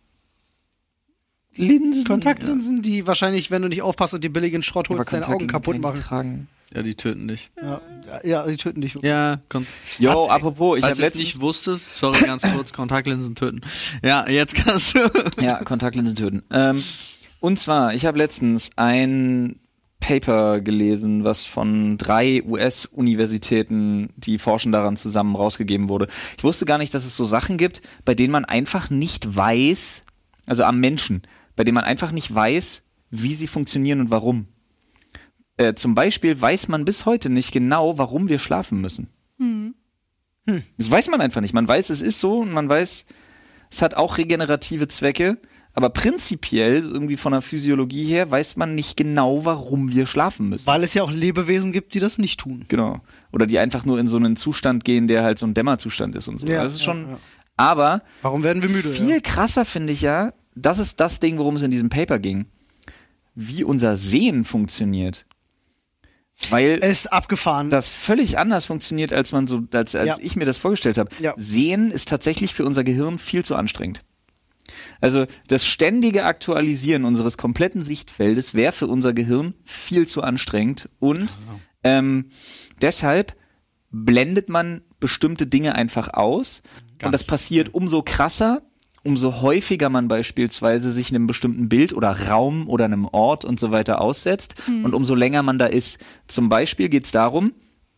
Linsen. Kontaktlinsen, die wahrscheinlich, wenn du nicht aufpasst und die billigen Schrott holst, deine Augen kaputt machen. Ja, die töten dich. Ja, die töten dich. Ja, apropos, ich habe letztens nicht wusstest, sorry, ganz kurz, Kontaktlinsen töten. Ja, jetzt kannst du. Ja, Kontaktlinsen töten. Und zwar, ich habe letztens ein Paper gelesen, was von 3 US-Universitäten, die forschen daran, zusammen rausgegeben wurde. Ich wusste gar nicht, dass es so Sachen gibt, bei denen man einfach nicht weiß, also am Menschen, bei denen man einfach nicht weiß, wie sie funktionieren und warum. Zum Beispiel weiß man bis heute nicht genau, warum wir schlafen müssen. Das weiß man einfach nicht. Man weiß, es ist so und man weiß, es hat auch regenerative Zwecke, aber prinzipiell, irgendwie von der Physiologie her, weiß man nicht genau, warum wir schlafen müssen. Weil es ja auch Lebewesen gibt, die das nicht tun. Genau. Oder die einfach nur in so einen Zustand gehen, der halt so ein Dämmerzustand ist und so. Ja, das ist schon... Aber warum werden wir müde? Viel krasser finde ich ja, das ist das Ding, worum es in diesem Paper ging, wie unser Sehen funktioniert. Weil es ist abgefahren. Das völlig anders funktioniert, als ich mir das vorgestellt habe. Ja. Sehen ist tatsächlich für unser Gehirn viel zu anstrengend. Also das ständige Aktualisieren unseres kompletten Sichtfeldes wäre für unser Gehirn viel zu anstrengend und deshalb blendet man bestimmte Dinge einfach aus und das passiert umso krasser, umso häufiger man beispielsweise sich einem bestimmten Bild oder Raum oder einem Ort und so weiter aussetzt und umso länger man da ist. Zum Beispiel geht es darum,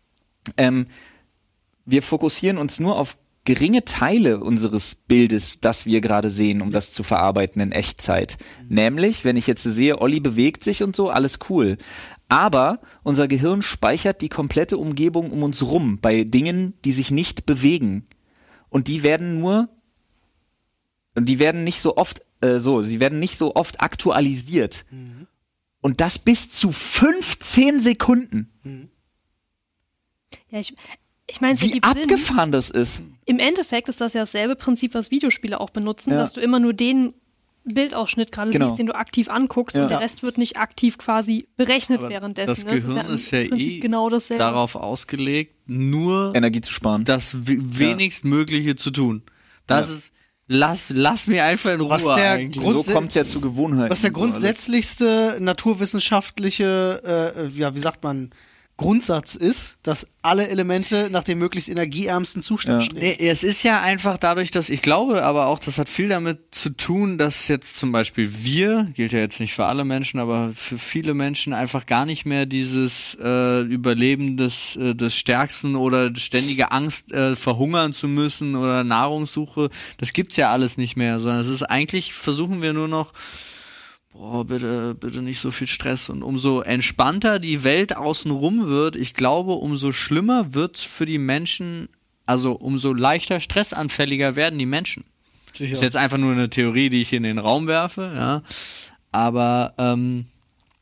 wir fokussieren uns nur auf geringe Teile unseres Bildes, das wir gerade sehen, um das zu verarbeiten in Echtzeit. Nämlich, wenn ich jetzt sehe, Olli bewegt sich und so, alles cool. Aber unser Gehirn speichert die komplette Umgebung um uns rum bei Dingen, die sich nicht bewegen. Und die werden nicht so oft aktualisiert. Und das bis zu 15 Sekunden. Ja, ich meine, wie abgefahren das ist. Im Endeffekt ist das ja dasselbe Prinzip, was Videospiele auch benutzen, dass du immer nur den Bildausschnitt gerade siehst, den du aktiv anguckst und der Rest wird nicht aktiv quasi berechnet währenddessen. Das Gehirn ist ja genau dasselbe. Darauf ausgelegt, nur Energie zu sparen. Das wenigstmögliche zu tun. Das ist, lass mir einfach in Ruhe eigentlich. So kommt es ja zu Gewohnheiten. Was der grundsätzlichste naturwissenschaftliche, wie sagt man, Grundsatz ist, dass alle Elemente nach dem möglichst energieärmsten Zustand streben. Nee, es ist ja einfach dadurch, dass ich glaube, aber auch, das hat viel damit zu tun, dass jetzt zum Beispiel gilt ja jetzt nicht für alle Menschen, aber für viele Menschen einfach gar nicht mehr dieses Überleben des Stärksten oder ständige Angst, verhungern zu müssen oder Nahrungssuche, das gibt's ja alles nicht mehr, sondern es ist eigentlich, versuchen wir nur noch, bitte nicht so viel Stress. Und umso entspannter die Welt außenrum wird, ich glaube, umso schlimmer wird's für die Menschen, also umso leichter stressanfälliger werden die Menschen. Sicher. Das ist jetzt einfach nur eine Theorie, die ich in den Raum werfe, ja. Aber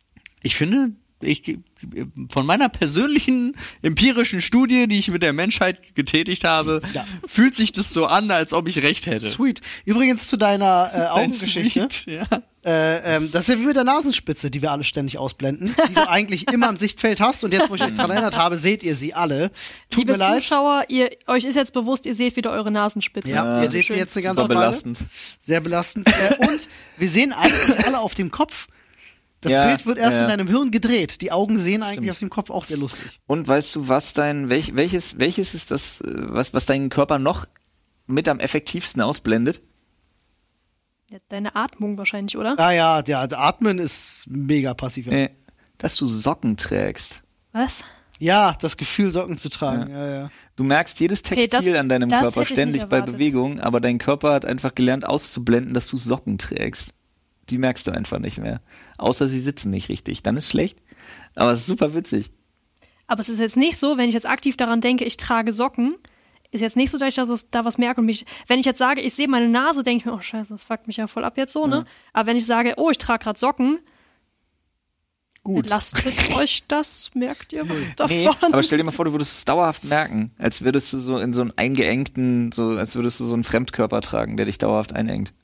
Ich finde, von meiner persönlichen empirischen Studie, die ich mit der Menschheit getätigt habe, fühlt sich das so an, als ob ich recht hätte. Sweet. Übrigens zu deiner Augengeschichte. Sweet, ja. Das ist ja wie mit der Nasenspitze, die wir alle ständig ausblenden, die du eigentlich immer im Sichtfeld hast und jetzt, wo ich euch daran erinnert habe, seht ihr sie alle. Tut Liebe mir leid. Zuschauer, euch ist jetzt bewusst, ihr seht wieder eure Nasenspitze. Ja, ihr seht sie jetzt eine ganze Super Weile. belastend. Sehr belastend. Und wir sehen eigentlich alle auf dem Kopf. Das Bild wird erst in deinem Hirn gedreht. Die Augen sehen eigentlich auf dem Kopf auch sehr lustig. Und weißt du, was welches ist das, was deinen Körper noch mit am effektivsten ausblendet? Ja, deine Atmung wahrscheinlich, oder? Ah ja, Atmen ist mega passiv. Ja. Dass du Socken trägst. Was? Ja, das Gefühl, Socken zu tragen. Ja. Du merkst jedes Okay, Textil an deinem das Körper hätte ich ständig nicht bei erwartet. Bewegung, aber dein Körper hat einfach gelernt auszublenden, dass du Socken trägst. Die merkst du einfach nicht mehr. Außer sie sitzen nicht richtig. Dann ist schlecht. Aber es ist super witzig. Aber es ist jetzt nicht so, wenn ich jetzt aktiv daran denke, ich trage Socken, ist jetzt nicht so, dass ich da was merke und wenn ich jetzt sage, ich sehe meine Nase, denke ich mir, oh scheiße, das fuckt mich ja voll ab jetzt so, ne? Aber wenn ich sage, oh, ich trage gerade Socken, Gut. belastet euch das? Merkt ihr was davon? Nee, aber stell dir mal vor, du würdest es dauerhaft merken, als würdest du so in so einen eingeengten, als würdest du so einen Fremdkörper tragen, der dich dauerhaft einengt.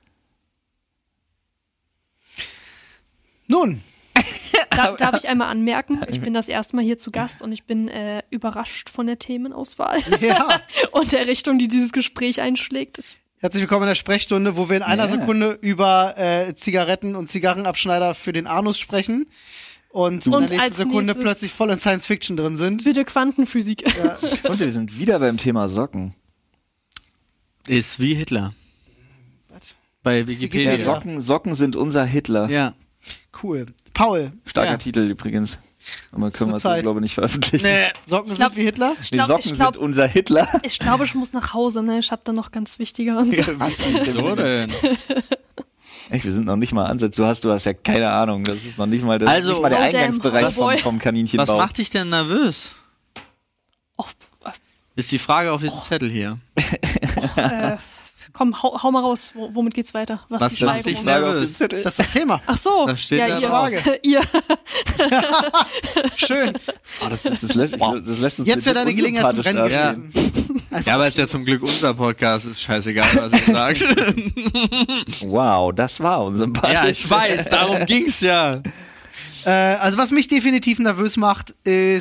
Nun, Darf ich einmal anmerken, ich bin das erste Mal hier zu Gast und ich bin überrascht von der Themenauswahl ja. und der Richtung, die dieses Gespräch einschlägt. Herzlich willkommen in der Sprechstunde, wo wir in einer Sekunde über Zigaretten und Zigarrenabschneider für den Anus sprechen und in der nächsten als Sekunde nächstes plötzlich voll in Science Fiction drin sind. Bitte Quantenphysik. Und wir sind wieder beim Thema Socken. Ist wie Hitler. Bei Wikipedia. Ja, Socken sind unser Hitler. Ja. Cool. Paul, Starker Titel übrigens. Aber können wir Zeit. so, glaube ich, nicht veröffentlichen. Socken glaub- sind wie Hitler? Die Socken sind unser Hitler. Ich glaube, ich muss nach Hause, ne? Ich habe da noch ganz wichtige und so. Was So denn? Echt, wir sind noch nicht mal ansatz. Du hast ja keine Ahnung. Das ist noch nicht mal, Also, nicht mal der oh damn, Eingangsbereich oh boy. vom Kaninchenbau. Was macht dich denn nervös? Och, Ist die Frage auf diesem Zettel hier. komm, hau mal raus. Womit geht's weiter? Was ist die macht dich Steigerung? Frage auf nervös? dem Zettel? Das ist das Thema. Ach so, Das steht ja, da ihr. Frage. ihr. Schön. Oh, das lässt uns Jetzt wäre deine legit Gelegenheit zum Rennen unsympathisch gewesen. Ja, aber ist ja zum Glück unser Podcast. Ist scheißegal, was ihr sagt. starten. Wow, das war unsympathisch. Ja, ich weiß, darum ging's ja. Also was mich definitiv nervös macht,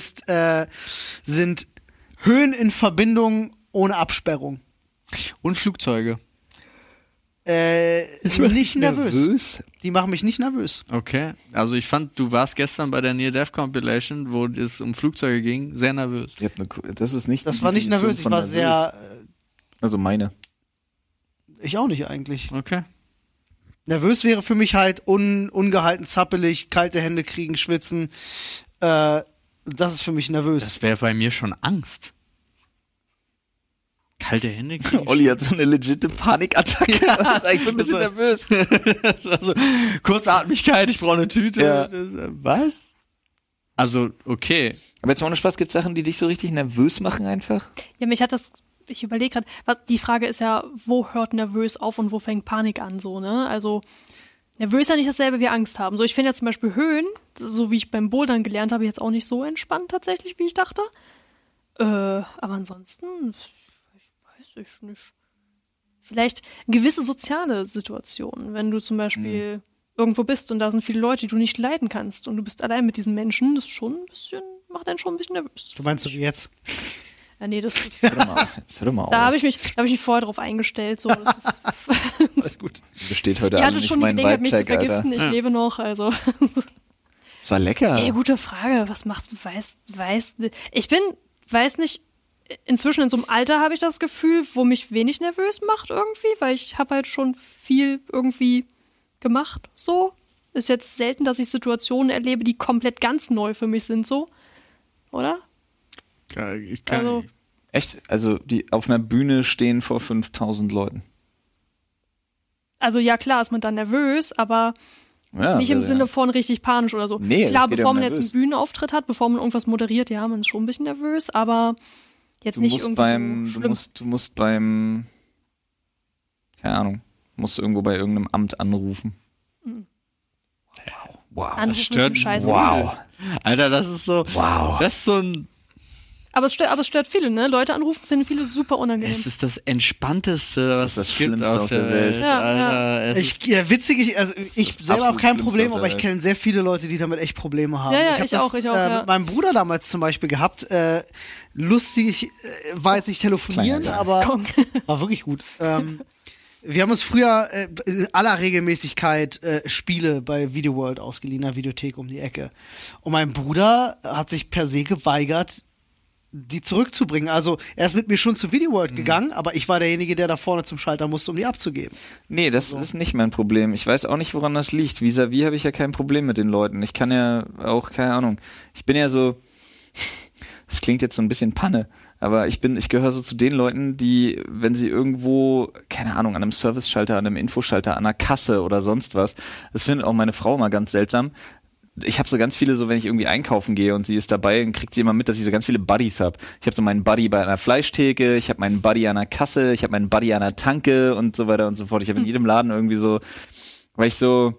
sind Höhen in Verbindung ohne Absperrung. Und Flugzeuge. Nicht nervös. Die machen mich nicht nervös. Okay. Also ich fand, du warst gestern bei der Near Death Compilation, wo es um Flugzeuge ging, sehr nervös. Das ist nicht. Das die war nicht Definition nervös, ich von war sehr. Also meine. Ich auch nicht eigentlich. Okay. Nervös wäre für mich halt ungehalten, zappelig, kalte Hände kriegen, schwitzen. Das ist für mich nervös. Das wäre bei mir schon Angst. Kalte Hände kriegen. Olli hat so eine legitime Panikattacke. Ich bin ein bisschen nervös. Also, Kurzatmigkeit, ich brauche eine Tüte. Ja. Was? Also, okay. Aber jetzt mal ohne Spaß, gibt es Sachen, die dich so richtig nervös machen einfach? Ja, ich überlege gerade, die Frage ist ja, wo hört nervös auf und wo fängt Panik an, so, ne? Also, nervös ist ja nicht dasselbe wie Angst haben. So, ich finde ja zum Beispiel Höhen, so wie ich beim Bouldern gelernt habe, jetzt auch nicht so entspannt tatsächlich, wie ich dachte. Aber ansonsten, weiß ich nicht. Vielleicht gewisse soziale Situationen, wenn du zum Beispiel irgendwo bist und da sind viele Leute, die du nicht leiden kannst und du bist allein mit diesen Menschen, das ist schon ein bisschen, macht einen schon ein bisschen nervös. Du meinst so wie jetzt? Ja, nee, das ist. Hör doch mal auf. Da habe ich mich vorher drauf eingestellt. So, das ist, Alles gut. Besteht heute ihr alle hattet nicht schon die meinen Gelegenheit, mich zu Vibe-Check, Alter. vergiften. Ich lebe noch, also. Es war lecker. Ey, gute Frage. Was macht, weiß nicht, inzwischen in so einem Alter habe ich das Gefühl, wo mich wenig nervös macht irgendwie, weil ich habe halt schon viel irgendwie gemacht, so. Ist jetzt selten, dass ich Situationen erlebe, die komplett ganz neu für mich sind, so. Oder? Ich kann Also, Echt? Also die auf einer Bühne stehen vor 5000 Leuten. Also ja, klar ist man dann nervös, aber Ja, nicht im also, Sinne von richtig panisch oder so. Nee, Klar, das geht ja bevor um man jetzt einen nervös. Bühnenauftritt hat, bevor man irgendwas moderiert, ja, man ist schon ein bisschen nervös, aber jetzt Du nicht musst irgendwie so schlimm. du musst beim, keine Ahnung, musst du irgendwo bei irgendeinem Amt anrufen. Wow. Anrufen das stört. ist scheiße. Wow. Alter, das ist so. Wow. Das ist so ein. Aber es stört viele, ne? Leute anrufen, finden viele super unangenehm. Es ist das Entspannteste, was das es gibt Schlimmste auf der Welt. Ja, Alter, Witzig, ich selber habe kein Schlimmste Problem, auf der aber ich Welt. kenne sehr viele Leute, die damit echt Probleme haben. Ja, hab ich auch, ja. mit meinem Bruder damals zum Beispiel gehabt. Lustig war jetzt nicht telefonieren, Kleiner aber Komm. war wirklich gut. Wir haben uns früher in aller Regelmäßigkeit Spiele bei Video World ausgeliehen, in der Videothek um die Ecke. Und mein Bruder hat sich per se geweigert, die zurückzubringen. Also er ist mit mir schon zu Video World gegangen, aber ich war derjenige, der da vorne zum Schalter musste, um die abzugeben. Nee, das ist nicht mein Problem. Ich weiß auch nicht, woran das liegt. Vis-à-vis habe ich ja kein Problem mit den Leuten. Ich kann ja auch, keine Ahnung, ich bin ja so, das klingt jetzt so ein bisschen Panne, aber ich gehöre so zu den Leuten, die, wenn sie irgendwo, keine Ahnung, an einem Service-Schalter, an einem Infoschalter, an einer Kasse oder sonst was, das findet auch meine Frau mal ganz seltsam. Ich habe so ganz viele, so wenn ich irgendwie einkaufen gehe und sie ist dabei, dann kriegt sie immer mit, dass ich so ganz viele Buddies habe. Ich habe so meinen Buddy bei einer Fleischtheke, ich habe meinen Buddy an einer Kasse, ich habe meinen Buddy an einer Tanke und so weiter und so fort. Ich habe in jedem Laden irgendwie so, weil ich so,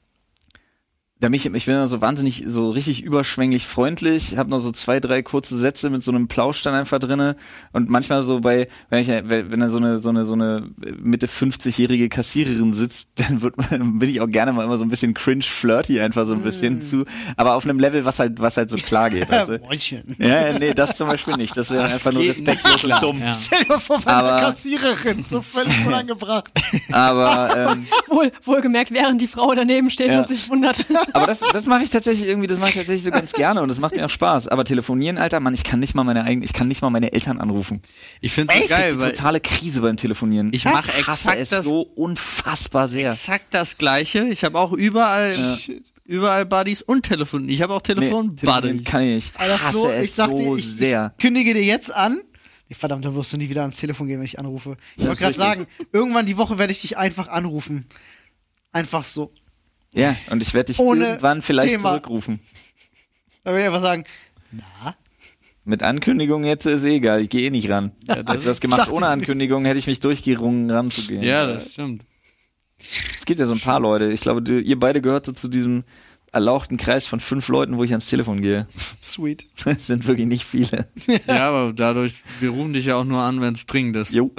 ich bin dann so wahnsinnig, so richtig überschwänglich freundlich, habe noch so 2, 3 kurze Sätze mit so einem Plausch dann einfach drinne und manchmal so wenn da so eine Mitte 50-jährige Kassiererin sitzt, dann bin ich auch gerne mal immer so ein bisschen cringe flirty einfach so ein bisschen zu, aber auf einem Level, was halt so klar geht, weißt du? Mäuschen. Ja, nee, das zum Beispiel nicht, das wäre einfach nur respektlos und dumm. Ja. Stell dir mal vor, bei Aber- einer Kassiererin, so völlig unangebracht. Aber Wohlgemerkt, während die Frau daneben steht Ja. und sich wundert. Aber das mache ich tatsächlich so ganz gerne und das macht mir auch Spaß. Aber telefonieren, Alter, Mann, ich kann nicht mal meine Eltern anrufen. Ich find's so Ich geil, die weil totale Krise beim Telefonieren. ich mache hasse exakt es das, so unfassbar sehr. das Gleiche. Ich habe auch überall Buddies und Telefon. Ich habe auch Telefonieren Telefon-Buddies. kann ich nicht. Alter, Hasse Flo, es ich sag dir, so ich sehr. kündige dir jetzt an. Verdammt, dann wirst du nie wieder ans Telefon gehen, wenn ich anrufe. Ich wollte ist gerade richtig. sagen, irgendwann die Woche werde ich dich einfach anrufen. Einfach so. Ja, und ich werde dich Ohne irgendwann vielleicht Thema. zurückrufen. Da will ich einfach sagen, na, Mit Ankündigung jetzt ist egal, ich gehe eh nicht ran. Ja, Hätte ich das gemacht dachte ohne ich. Ankündigung, hätte ich mich durchgerungen ranzugehen. Ja, das stimmt. Es gibt ja so ein paar Leute, ich glaube, ihr beide gehört so zu diesem erlauchten Kreis von 5 Leuten, wo ich ans Telefon gehe. sweet. Das sind wirklich nicht viele. Ja, aber dadurch, wir rufen dich ja auch nur an, wenn es dringend ist. Jo.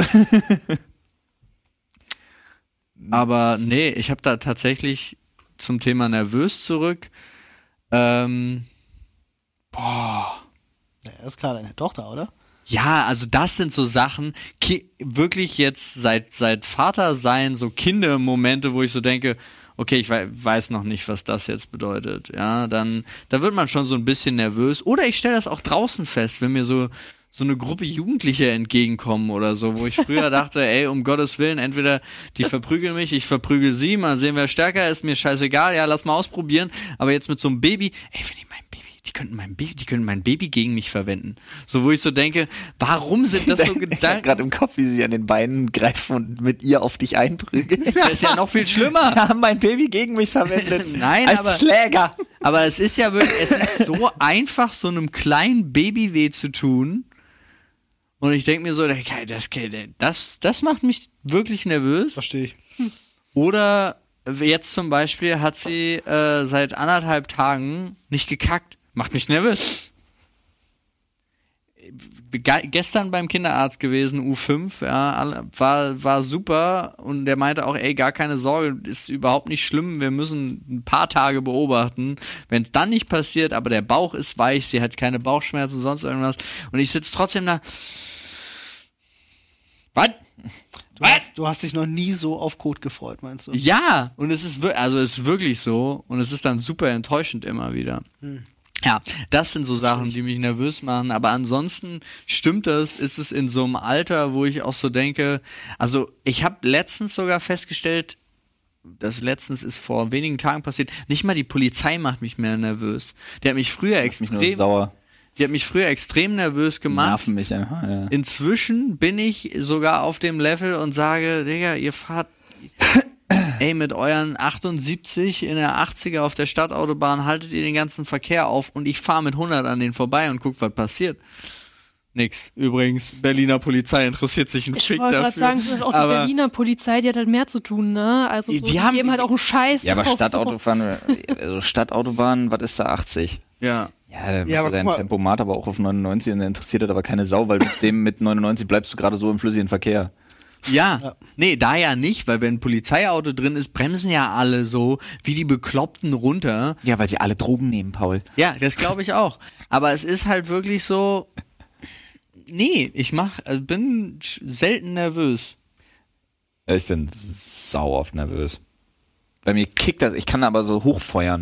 Aber nee, ich habe da tatsächlich zum Thema nervös zurück. Ja, ist klar, deine Tochter, oder? Ja, also das sind so Sachen, wirklich jetzt seit Vatersein, so Kindermomente, wo ich so denke, okay, ich weiß noch nicht, was das jetzt bedeutet. Ja, da wird man schon so ein bisschen nervös. Oder ich stelle das auch draußen fest, wenn mir so eine Gruppe Jugendliche entgegenkommen oder so, wo ich früher dachte, ey, um Gottes Willen, entweder die verprügeln mich, ich verprügel sie, mal sehen, wer stärker ist, mir scheißegal, ja, lass mal ausprobieren. Aber jetzt mit so einem Baby, ey, wenn ich mein Baby, die könnten mein Baby gegen mich verwenden. So, wo ich so denke, warum sind das so Ich habe Gedanken? gerade im Kopf, wie sie an den Beinen greifen und mit ihr auf dich einprügeln. Das ist ja noch viel schlimmer. Die haben mein Baby gegen mich verwendet. Nein, als aber- Schläger. Aber es ist ja wirklich, es ist so einfach, so einem kleinen Baby weh zu tun. Und ich denke mir so, das macht mich wirklich nervös. Verstehe ich. Oder jetzt zum Beispiel hat sie seit 1,5 Tagen nicht gekackt. Macht mich nervös. Gestern beim Kinderarzt gewesen, U5, ja, war super und der meinte auch, ey, gar keine Sorge, ist überhaupt nicht schlimm, wir müssen ein paar Tage beobachten, wenn es dann nicht passiert, aber der Bauch ist weich, sie hat keine Bauchschmerzen, sonst irgendwas und ich sitze trotzdem da, was? Du hast dich noch nie so auf Code gefreut, meinst du? Ja, und es ist wirklich so und es ist dann super enttäuschend immer wieder. Ja, das sind so Sachen, die mich nervös machen, aber ansonsten stimmt das, ist es in so einem Alter, wo ich auch so denke, also ich habe letztens sogar festgestellt, das letztens ist vor wenigen Tagen passiert, nicht mal die Polizei macht mich mehr nervös. Die hat mich früher Mich nur sauer. extrem nervös gemacht. Nerven mich einfach, ja. Inzwischen bin ich sogar auf dem Level und sage, Digga, ihr fahrt ey, mit euren 78 in der 80er auf der Stadtautobahn haltet ihr den ganzen Verkehr auf und ich fahre mit 100 an denen vorbei und guck, was passiert. Nix. Übrigens, Berliner Polizei interessiert sich ein Ich Schick wollte dafür. gerade sagen, das ist auch die Berliner Polizei, die hat halt mehr zu tun, ne? Also so, die haben- geben halt auch einen Scheiß Ja, aber drauf, Stadtautobahn, was ist da 80? Ja. Ja, da musst Ja, du aber dein guck mal. Tempomat aber auch auf 99 und der interessiert das aber keine Sau, weil mit 99 bleibst du gerade so im flüssigen Verkehr. Ja, nee, da ja nicht, weil wenn ein Polizeiauto drin ist, bremsen ja alle so wie die Bekloppten runter. Ja, weil sie alle Drogen nehmen, Paul. Ja, das glaube ich auch. Aber es ist halt wirklich so, nee, bin selten nervös. Ich bin sau oft nervös. Bei mir kickt das, ich kann aber so hochfeuern.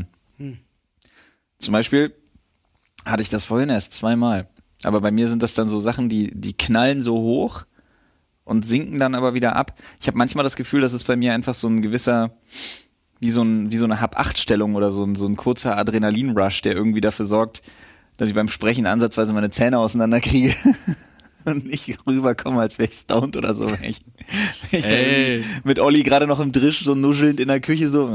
Zum Beispiel hatte ich das vorhin erst 2-mal. Aber bei mir sind das dann so Sachen, die knallen so hoch und sinken dann aber wieder ab. Ich habe manchmal das Gefühl, das ist bei mir einfach so ein gewisser, wie so eine Hab-8-Stellung oder so ein kurzer Adrenalin-Rush, der irgendwie dafür sorgt, dass ich beim Sprechen ansatzweise meine Zähne auseinanderkriege und nicht rüberkomme, als wäre ich stoned oder so. Wenn ich mit Olli gerade noch im Drisch so nuschelnd in der Küche so.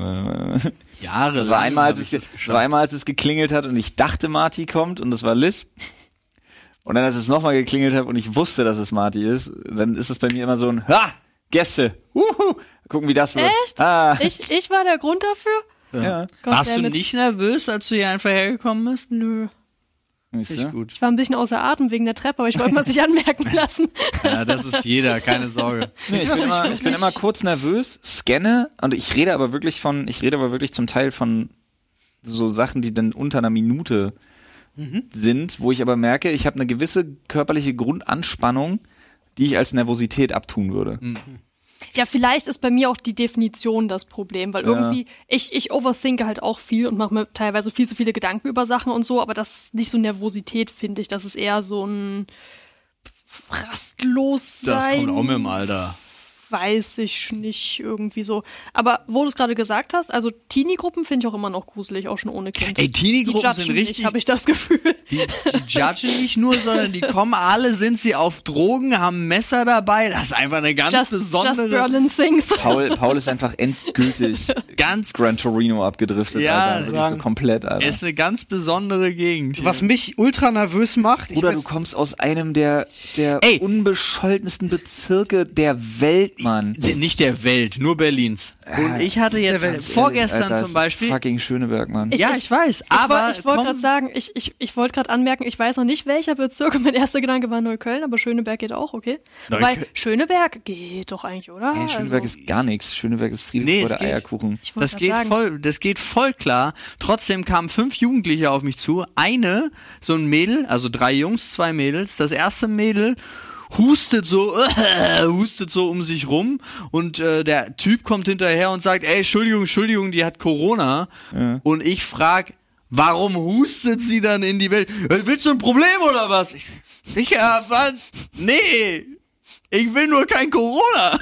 Jahre. Das war einmal, als es geklingelt hat und ich dachte, Marty kommt und das war Liz. Und dann, als es nochmal geklingelt hat und ich wusste, dass es Marty ist, dann ist es bei mir immer so ein Gäste! Gucken, wie das wird. Echt? Ich war der Grund dafür? Ja. Warst du Goddammit. nicht nervös, als du hier einfach hergekommen bist? Nö. Nicht gut. Ich war ein bisschen außer Atem wegen der Treppe, aber ich wollte mal sich anmerken lassen. Ja, das ist jeder, keine Sorge. Nee, ich bin immer kurz nervös, scanne und ich rede aber wirklich zum Teil von so Sachen, die dann unter einer Minute sind, wo ich aber merke, ich habe eine gewisse körperliche Grundanspannung, die ich als Nervosität abtun würde. Ja, vielleicht ist bei mir auch die Definition das Problem, weil irgendwie, ich overthinke halt auch viel und mache mir teilweise viel zu viele Gedanken über Sachen und so, aber das ist nicht so Nervosität, finde ich. Das ist eher so ein rastlos sein. Das kommt auch mit dem Alter. Weiß ich nicht, irgendwie so. Aber wo du es gerade gesagt hast, also Teenie-Gruppen finde ich auch immer noch gruselig, auch schon ohne Kind. Ey, Teenie-Gruppen Die sind judgen richtig. nicht, habe ich das Gefühl. Die judgen nicht nur, sondern die kommen alle, sind sie auf Drogen, haben Messer dabei. Das ist einfach eine ganz Just besondere. Berlin Things. Paul ist einfach endgültig Ganz Gran Torino abgedriftet, Ja, Alter. Wirklich so komplett, Alter. ist eine ganz besondere Gegend. Was mich ultra nervös macht, Bruder, ich du weiß, kommst aus einem der Ey. unbescholtensten Bezirke der Welt, Mann. Nicht der Welt, nur Berlins. Und ich hatte Der jetzt Welt. vorgestern Alter, zum es Beispiel. ist fucking Schöneberg, Mann. Ich weiß, aber Ich wollte gerade sagen, ich wollte gerade anmerken, ich weiß noch nicht, welcher Bezirk. Mein erster Gedanke war Neukölln, aber Schöneberg geht auch, okay. Wobei, Schöneberg geht doch eigentlich, oder? Ey, Schöneberg Also, ist gar nichts. Schöneberg ist Friede, Nee, es Freude, geht. Eierkuchen. ich wollte Das grad sagen, geht voll klar. Trotzdem kamen 5 Jugendliche auf mich zu. Eine, so ein Mädel, also 3 Jungs, 2 Mädels. Das erste Mädel hustet so um sich rum und der Typ kommt hinterher und sagt, ey, Entschuldigung, die hat Corona. Ja. Und ich frag, warum hustet sie dann in die Welt? Willst du ein Problem oder was? Sicher, Mann, nee, ich will nur kein Corona.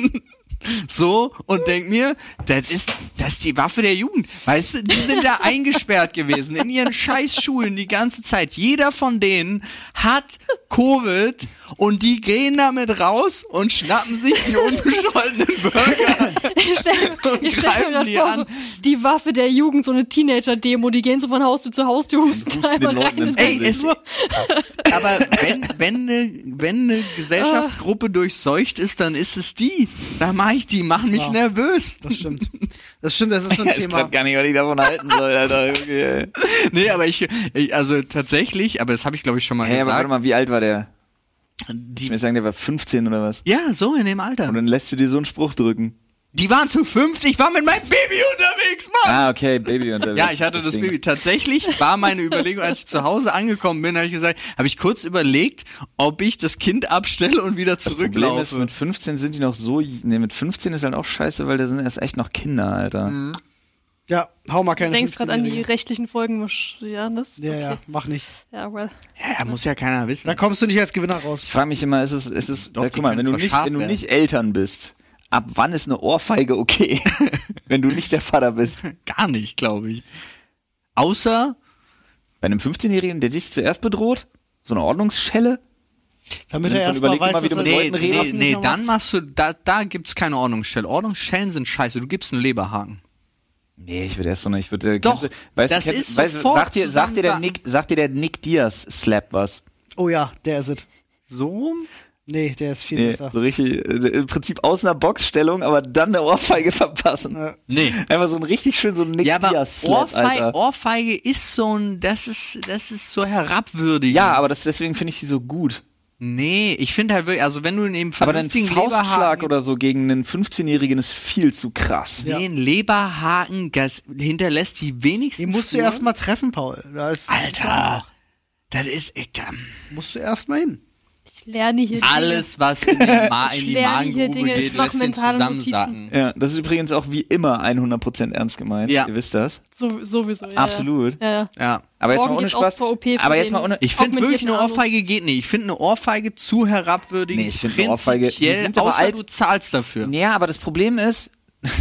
So, und denk mir, das ist die Waffe der Jugend. Weißt du, die sind da eingesperrt gewesen in ihren Scheißschulen die ganze Zeit. Jeder von denen hat Covid und die gehen damit raus und schnappen sich die unbescholtenen Bürger. ich stelle und mir greifen gerade die vor, an. so, die Waffe der Jugend, so eine Teenager-Demo, die gehen so von Haustür zu Haustür, husten Husten den einfach Leuten rein. ins in Gesicht. den Flur. Aber wenn eine Gesellschaftsgruppe durchseucht ist, dann ist es die. Da machen mich Ja. nervös. das stimmt. Das stimmt, das ist so ein Ich weiß Thema. grad gar nicht, was ich davon halten soll, Alter. Okay. Nee, aber also tatsächlich, aber das habe ich glaube ich schon mal Hey, aber warte gesagt. mal, wie alt war der? Die, Ich will sagen, der war 15 oder was? ja, so in dem Alter. Und dann lässt du dir so einen Spruch drücken. Die waren zu 5, ich war mit meinem Baby unterwegs, Mann! Ah, okay, Baby unterwegs. Ja, ich hatte das Ding. Baby. Tatsächlich war meine Überlegung, als ich zu Hause angekommen bin, habe ich kurz überlegt, ob ich das Kind abstelle und wieder Das Problem ist, zurücklaufe. mit 15 sind die noch so, mit 15 ist halt auch scheiße, weil da sind erst echt noch Kinder, Alter. Ja, hau mal Du keine denkst gerade an die 15-Jährigen. rechtlichen Folgen. Ja, das? Ja, ja, mach nicht. Ja, well. Ja, muss ja keiner wissen. Da kommst du nicht als Gewinner raus. Ich frage mich immer, ist es, Doch, ja, die guck mal, wenn können du verscharrt nicht Eltern bist, ab wann ist eine Ohrfeige okay? Wenn du nicht der Vater bist. Gar nicht, glaube ich. Außer, Bei einem 15-Jährigen, der dich zuerst bedroht? So eine Ordnungsschelle? Damit Dann er erstmal überleg dir weiß, mal, wie dass du er mit Leuten redest. nee, dann machst du, da gibt's keine Ordnungsstelle. Ordnungsstellen sind scheiße, du gibst einen Leberhaken. Nee, ich würde erst so nicht. Doch, das ist sofort sagt dir der Nick Diaz Slap was? Oh ja, der ist es. So rum? Nee, der ist viel besser. So richtig, im Prinzip aus einer Boxstellung, aber dann eine Ohrfeige verpassen. Nee. Einfach so ein richtig schön so ein Nick Ja, aber Diaz-Slap, Alter. Ohrfeige ist so ein, das ist so herabwürdigend. Ja, aber deswegen finde ich sie so gut. Nee, ich finde halt wirklich, also wenn du in eben Aber ein vernünftigen Faustschlag Leberhaken oder so gegen einen 15-Jährigen ist viel zu krass. Ja. Nee, ein Leberhaken, das hinterlässt die wenigsten Den musst du Spuren. erstmal treffen, Paul. Da ist Alter, das ist musst du erstmal hin. Ich lerne hier alles, was in die lerne hier Magengrube Dinge, ich geht, mach lässt den mentale zusammensacken. Ja, das ist übrigens auch wie immer 100% ernst gemeint. Ja. Ihr wisst das. sowieso. Ja, Absolut. Ja. Ja. Aber jetzt Morgen mal ohne geht's auch Spaß. zur OP für Aber jetzt den mal ohne. Ich finde wirklich, eine augmentierten Ohrfeige geht nicht. Ich finde eine Ohrfeige zu herabwürdigend. Nee, ich finde eine Ohrfeige- die prinzipiell, sind aber außer alt- du zahlst dafür. Ja, aber das Problem ist,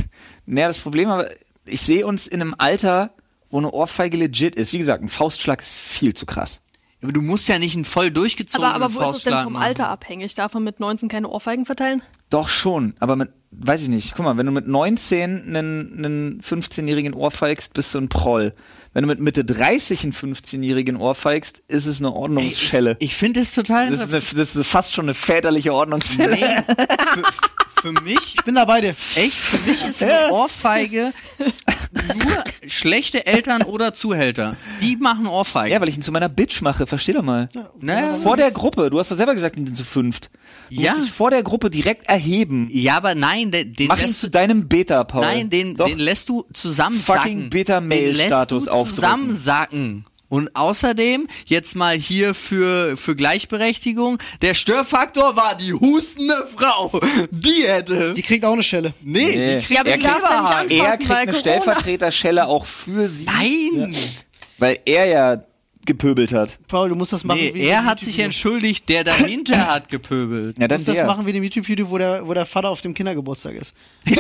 aber ich sehe uns in einem Alter, wo eine Ohrfeige legit ist. Wie gesagt, ein Faustschlag ist viel zu krass. Aber du musst ja nicht einen voll durchgezogenen Aber wo ist es denn Faustschlag vom machen. Alter abhängig? Darf man mit 19 keine Ohrfeigen verteilen? Doch schon, aber weiß ich nicht. Guck mal, wenn du mit 19 einen 15-Jährigen ohrfeigst, bist du ein Proll. Wenn du mit Mitte 30 einen 15-Jährigen ohrfeigst, ist es eine Ordnungsschelle. Ich finde es total... Das ist fast schon eine väterliche Ordnungsschelle. Nee, für mich... Ich bin da bei dir. Echt? Für mich ist eine Ohrfeige nur schlechte Eltern oder Zuhälter. Die machen Ohrfeigen. Ja, weil ich ihn zu meiner Bitch mache, versteh doch mal. Naja, Vor der Gruppe, du hast doch selber gesagt, die sind zu 5. Du Ja. musst dich vor der Gruppe direkt erheben. ja, aber nein, den Mach ihn lässt zu du... deinem Beta, Paul. Nein, den lässt du zusammensacken. Fucking Beta-Mail-Status Den lässt du aufdrücken. zusammensacken. Und außerdem, jetzt mal hier für Gleichberechtigung, der Störfaktor war die hustende Frau. Die hätte... Die kriegt auch eine Schelle. Nee, die kriegt aber er die darfst ja nicht kriegt, er anfassen, kriegt weil eine Corona. Stellvertreterschelle auch für sie. Nein! Weil er ja gepöbelt hat. Paul, du musst das machen Nee, wie er im hat sich YouTube-Video. entschuldigt, der dahinter hat gepöbelt. Ja, Du dann musst das der. machen wie in dem YouTube-Video, wo der Vater auf dem Kindergeburtstag ist.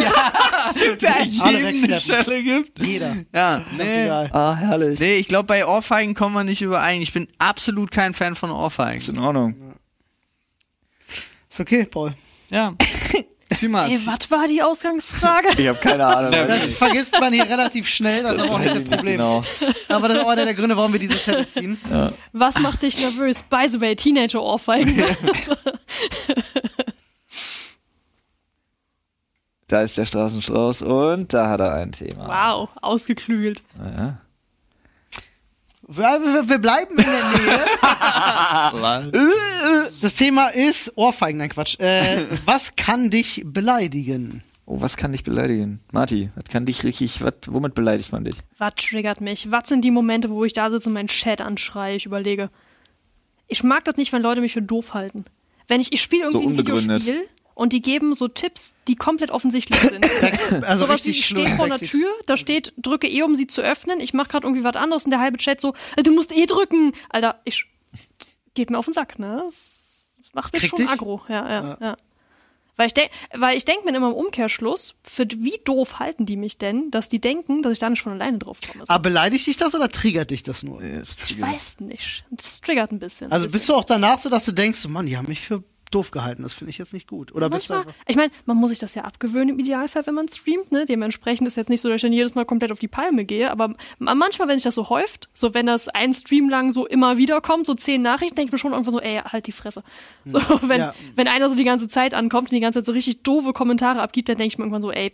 Der Alle jedem eine wegschleppen. Stelle gibt. Jeder. Ja, Ganz nee. egal. Ah, herrlich. Nee, ich glaube, bei Ohrfeigen kommen wir nicht überein. Ich bin absolut kein Fan von Ohrfeigen. Ist in Ordnung. Ist okay, Paul. Ja. Prima. Ey, was war die Ausgangsfrage? Ich habe keine Ahnung. Das vergisst man hier relativ schnell, das ist aber auch nicht das Problem. Genau. Aber das ist auch einer der Gründe, warum wir diese Zettel ziehen. Was macht dich nervös? By the way, Teenager-Ohrfeigen. Da ist der Straßenstrauß und da hat er ein Thema. Wow, ausgeklügelt. Ja. Wir bleiben in der Nähe. Das Thema ist Ohrfeigen, nein Quatsch. Was kann dich beleidigen? Oh, was kann dich beleidigen? Marti, was kann dich richtig, womit beleidigt man dich? Was triggert mich? Was sind die Momente, wo ich da sitze und meinen Chat anschreie? Ich überlege. Ich mag das nicht, wenn Leute mich für doof halten. Wenn ich spiele irgendwie So ein unbegründet. Videospiel und die geben so Tipps, die komplett offensichtlich sind. Also Sowas wie, richtig ich schlimm. stehe vor einer Tür, da steht, drücke um sie zu öffnen, ich mache gerade irgendwie was anderes und der halbe Chat so, du musst drücken. Alter, geht mir auf den Sack, ne? Das macht mich Krieg schon dich? aggro. Ja. Weil ich denk mir immer im Umkehrschluss, wie doof halten die mich denn, dass die denken, dass ich da nicht von alleine drauf komme. Aber beleidigt dich das oder triggert dich das nur? Ich weiß nicht. Das triggert ein bisschen. Also bist du auch danach so, dass du denkst, Mann, die haben mich für doof gehalten, das finde ich jetzt nicht gut. Oder bist du Manchmal, einfach, ich meine, man muss sich das ja abgewöhnen im Idealfall, wenn man streamt, ne? Dementsprechend ist jetzt nicht so, dass ich dann jedes Mal komplett auf die Palme gehe, aber manchmal, wenn sich das so häuft, so wenn das ein Stream lang so immer wieder kommt, so 10 Nachrichten, denke ich mir schon irgendwann so, ey, halt die Fresse. So, Ja. wenn einer so die ganze Zeit ankommt und die ganze Zeit so richtig doofe Kommentare abgibt, dann denke ich mir irgendwann so, ey,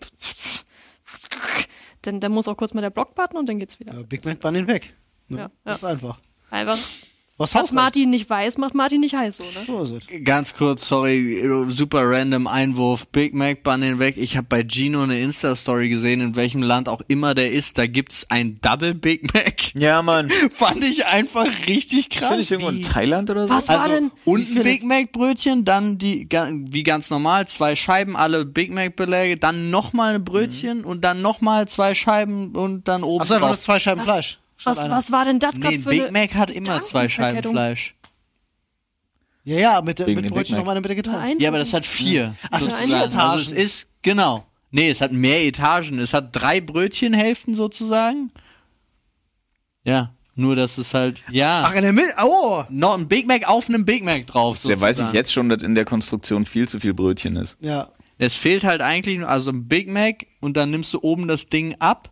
dann muss auch kurz mal der Block-Button und dann geht's wieder. Big Mac Bann ihn weg. Ne? Ja, Das ist einfach. Einfach, Was was Hausrecht. Martin nicht weiß, macht Martin nicht heiß, so, ne? So ist es. Ganz kurz, sorry, super random Einwurf. Big Mac Bann den weg. Ich habe bei Gino eine Insta-Story gesehen, in welchem Land auch immer der ist. Da gibt's ein Double Big Mac. Ja, Mann. Fand ich einfach richtig Ist krass. das nicht irgendwo in Thailand oder so? Was war denn? Und ein Big Mac Brötchen, dann wie ganz normal, 2 Scheiben, alle Big Mac Beläge, dann nochmal ein Brötchen und dann nochmal 2 Scheiben und dann oben Achso, einfach nur drauf. 2 Scheiben Fleisch. statt einer. Was war denn das Nee, gerade ein für Big eine Mac hat immer 2 Scheiben Gedankenverkettung? Fleisch. Ja, mit Wegen dem Brötchen Big Mac. nochmal bitte getrennt. Ja, aber das hat 4. Ach, so, sozusagen. 4 Also es Etagen. ist, genau. Nee, es hat mehr Etagen. Es hat 3 Brötchenhälften sozusagen. Ja, nur dass es halt, ja, Ach, in der Mitte. Oh! noch ein Big Mac auf einem Big Mac drauf Der sozusagen. weiß ich jetzt schon, dass in der Konstruktion viel zu viel Brötchen ist. Ja. Es fehlt halt eigentlich nur, also ein Big Mac und dann nimmst du oben das Ding ab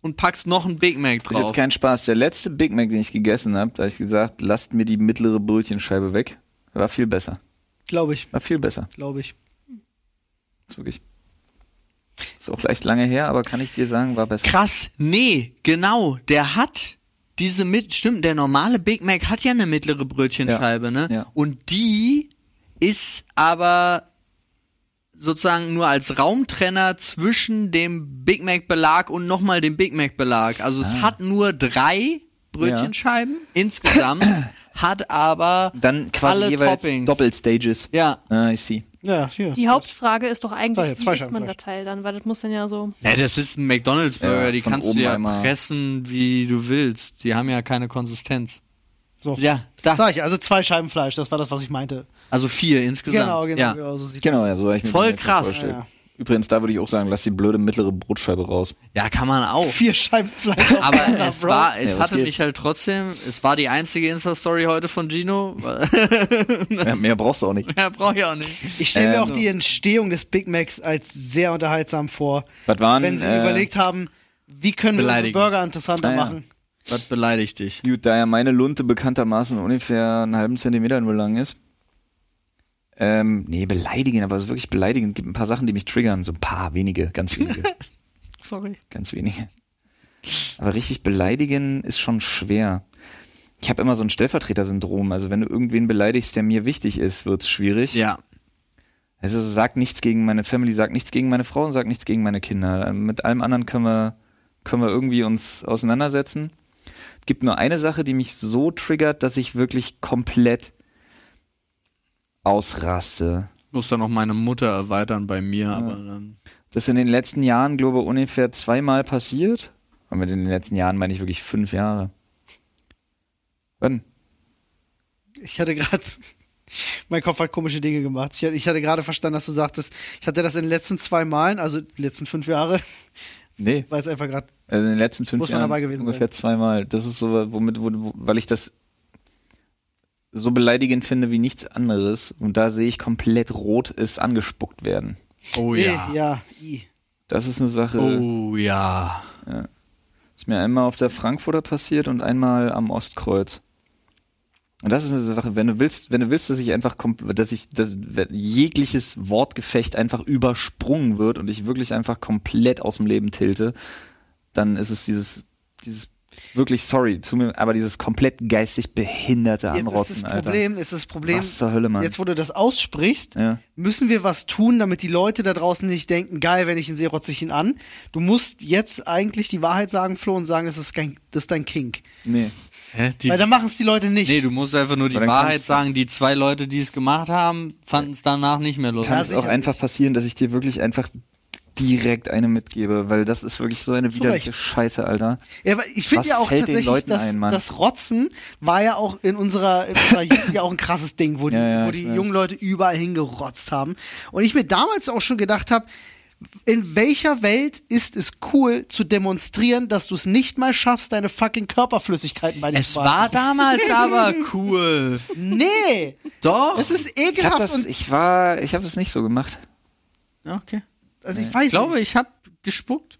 und packst noch einen Big Mac Das ist drauf. jetzt kein Spaß. Der letzte Big Mac, den ich gegessen habe, da habe ich gesagt, lasst mir die mittlere Brötchenscheibe weg. War viel besser. Glaube ich. War viel besser. Glaube ich. Ist wirklich. Ist auch leicht lange her, aber kann ich dir sagen, war besser. Krass, nee, genau, der hat stimmt, der normale Big Mac hat ja eine mittlere Brötchenscheibe, ne? Ja. Und die ist aber sozusagen nur als Raumtrenner zwischen dem Big Mac Belag und nochmal dem Big Mac Belag. Also es hat nur 3 Brötchenscheiben insgesamt, hat aber Dann quasi alle jeweils Toppings. Doppelstages. Ja. Ah, I see. Ja, hier. Die Hauptfrage ist doch Sag eigentlich, jetzt, wie zwei isst man Scheiben das Teil dann? Weil das muss dann ja so... Ja, das ist ein McDonald's-Burger, Ja, die von kannst du oben ja einmal. pressen, wie du willst. Die haben ja keine Konsistenz. So. Ja, da. Sag ich, also 2 Scheiben Fleisch, das war das, was ich meinte. Also 4 insgesamt. Genau, Ja. genau so sieht Genau, das ja, aus. so habe ich mir Voll das jetzt krass. vorgestellt. Ja, ja. Übrigens, da würde ich auch sagen, lass die blöde mittlere Brotscheibe raus. Ja, kann man auch. 4 Scheiben Fleisch. Aber aufeinander, es Bro. war, Ja, es was hatte geht? mich halt trotzdem, es war die einzige Insta-Story heute von Gino. Ja, mehr brauchst du auch nicht. Ja, brauch ich auch nicht. Ich stelle mir auch so. die Entstehung des Big Macs als sehr unterhaltsam vor. Was waren, Wenn sie überlegt haben, wie können wir unsere Beleidigen. Burger interessanter Ah, ja. machen. Was beleidigt dich? Gut, da ja meine Lunte bekanntermaßen ungefähr einen halben Zentimeter nur lang ist. Nee, beleidigen, aber es ist wirklich beleidigend. Es gibt ein paar Sachen, die mich triggern. So ein paar, wenige, ganz wenige. Sorry. Ganz wenige. Aber richtig beleidigen ist schon schwer. Ich habe immer so ein Stellvertreter-Syndrom. Also wenn du irgendwen beleidigst, der mir wichtig ist, wird's schwierig. Ja. Also sag nichts gegen meine Family, sag nichts gegen meine Frau und sag nichts gegen meine Kinder. Mit allem anderen können wir irgendwie uns auseinandersetzen. Es gibt nur eine Sache, die mich so triggert, dass ich wirklich komplett ausraste. Muss dann noch meine Mutter erweitern bei mir, aber dann. Das ist in den letzten Jahren, glaube ich, ungefähr 2-mal passiert. Und mit den letzten Jahren meine ich wirklich 5 Jahre. Wann? Ich hatte gerade, mein Kopf hat komische Dinge gemacht. Ich hatte gerade verstanden, dass du sagtest, ich hatte das in den letzten 2 Malen, also die letzten 5 Jahre, Nee, weil es einfach gerade, also in den letzten 5 Muss man Jahren dabei gewesen ungefähr 2-mal. Das ist so, weil ich das so beleidigend finde wie nichts anderes. Und da sehe ich komplett rot, ist angespuckt werden. Oh ja. Das ist eine Sache, Oh ja. ist mir einmal auf der Frankfurter passiert und einmal am Ostkreuz. Und das ist eine Sache, wenn du willst, dass ich einfach, dass jegliches Wortgefecht einfach übersprungen wird und ich wirklich einfach komplett aus dem Leben tilte, dann ist es dieses wirklich, sorry, aber dieses komplett geistig behinderte Jetzt Anrotzen, ist das Problem, Was zur Hölle, Mann? jetzt wo du das aussprichst, Ja. müssen wir was tun, damit die Leute da draußen nicht denken, geil, wenn ich ihn sehe, rotze ich ihn an. Du musst jetzt eigentlich die Wahrheit sagen, Flo, und sagen, das ist dein Kink. Nee. Weil dann machen es die Leute nicht. Nee, du musst einfach nur die Weil dann Wahrheit kannst du- sagen. Die 2 Leute, die es gemacht haben, fanden es danach nicht mehr lustig. Kann Ja, es auch sicher einfach passieren, dass ich dir wirklich einfach direkt eine mitgebe, weil das ist wirklich so eine widerliche Recht. Scheiße, Alter. Ja, aber ich finde Was ja auch fällt den tatsächlich, Leuten dass ein, Mann? das Rotzen war ja auch in unserer Jugend ja auch ein krasses Ding, wo die, Ja, wo ich die weiß. jungen Leute überall hingerotzt haben. Und ich mir damals auch schon gedacht habe, in welcher Welt ist es cool zu demonstrieren, dass du es nicht mal schaffst, deine fucking Körperflüssigkeiten bei dir Es zu war behalten? damals aber cool. Nee, Doch. es ist Ich ekelhaft habe das nicht so gemacht. Okay. also ich weiß Ich glaube, nicht. ich habe gespuckt.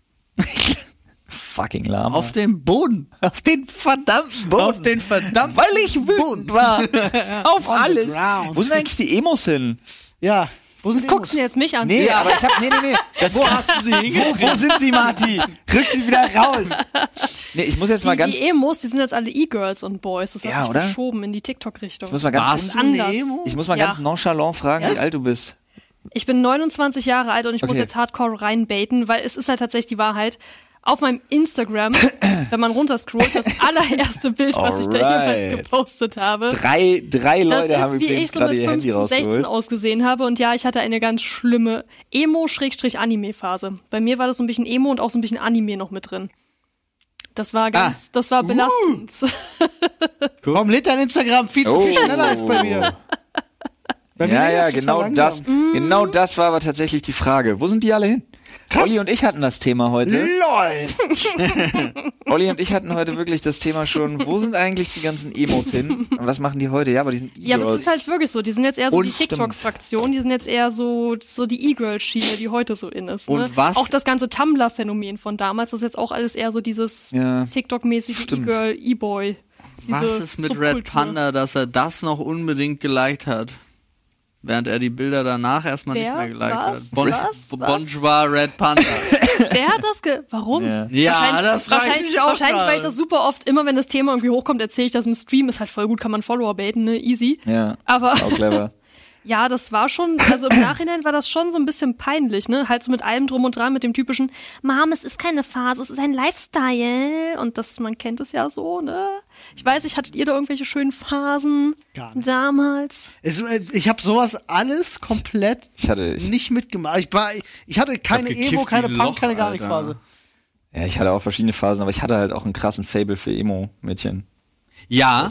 Fucking Lama. Auf den Boden. Auf den verdammten Boden. Auf den verdammten Weil ich wütend war. Auf On the alles. ground. Wo sind eigentlich die Emos hin? Ja, wo sind die Guckst du jetzt mich an? Nee, aber ich hab, nee. Das Wo hast du sie hingetrieben? Wo sind sie, Marti? Rück sie wieder raus. Nee, ich muss jetzt mal ganz, Die Emos, die sind jetzt alle E-Girls und Boys. Das hat Ja, sich oder? verschoben in die TikTok-Richtung. ich muss mal ganz, Warst du anders. ein Emo? ich muss mal Ja. ganz nonchalant fragen, wie alt du bist. Ich bin 29 Jahre alt und ich muss Okay. jetzt hardcore reinbaiten, weil es ist halt tatsächlich die Wahrheit. Auf meinem Instagram, wenn man runterscrollt, das allererste Bild, was ich da Alright. jemals gepostet habe. Drei Das Leute haben ist, wie übrigens ich so gerade mit ihr Handy 15, 16 rausgeholt. ausgesehen habe. Und ja, ich hatte eine ganz schlimme Emo-Anime-Phase. Bei mir war das so ein bisschen Emo und auch so ein bisschen Anime noch mit drin. Das war das war belastend. Warum lädt dein Instagram viel zu viel schneller als bei mir? Bei mir Ja, ist ja, es total genau langsam. das war aber tatsächlich die Frage. Wo sind die alle hin? Olli und ich hatten das Thema heute. LOL! Olli und ich hatten heute wirklich das Thema schon, wo sind eigentlich die ganzen Emos hin? Und was machen die heute? Ja, aber die sind Ja, aber es ist halt wirklich so. Die sind jetzt eher so Und die TikTok-Fraktion. Die sind jetzt eher so die E-Girl-Schiene, die heute so in ist. Ne? Und was? Auch das ganze Tumblr-Phänomen von damals, das ist jetzt auch alles eher so dieses Ja, TikTok-mäßige stimmt. E-Girl, E-Boy. Was Diese ist mit Subkultur. Red Panda, dass er das noch unbedingt geliked hat? Während er die Bilder danach erstmal nicht Wer? mehr geliked Was? hat. Was? Bonjour Red Panda. Wer hat das Warum? Ja. Ja, Wahrscheinlich- das frage ich wahrscheinlich, mich auch wahrscheinlich, weil ich gerade. das super oft, immer wenn das Thema irgendwie hochkommt, erzähle ich das im Stream. Ist halt voll gut, kann man Follower baiten, ne? Easy. Ja, Aber auch clever. ja, das war schon, also im Nachhinein war das schon so ein bisschen peinlich, ne? Halt so mit allem drum und dran, mit dem typischen, Mom, es ist keine Phase, es ist ein Lifestyle. Und das, man kennt es ja so, ne? Ich weiß nicht, hattet ihr da irgendwelche schönen Phasen Gar nicht. damals? Ich habe sowas alles komplett Ich nicht mitgemacht. Ich hatte keine gekifft Emo, keine wie Punk, Loch, keine gar nicht Alter. Phase. hatte auch verschiedene Phasen, aber ich hatte halt auch einen krassen Fable für Emo-Mädchen. Ja.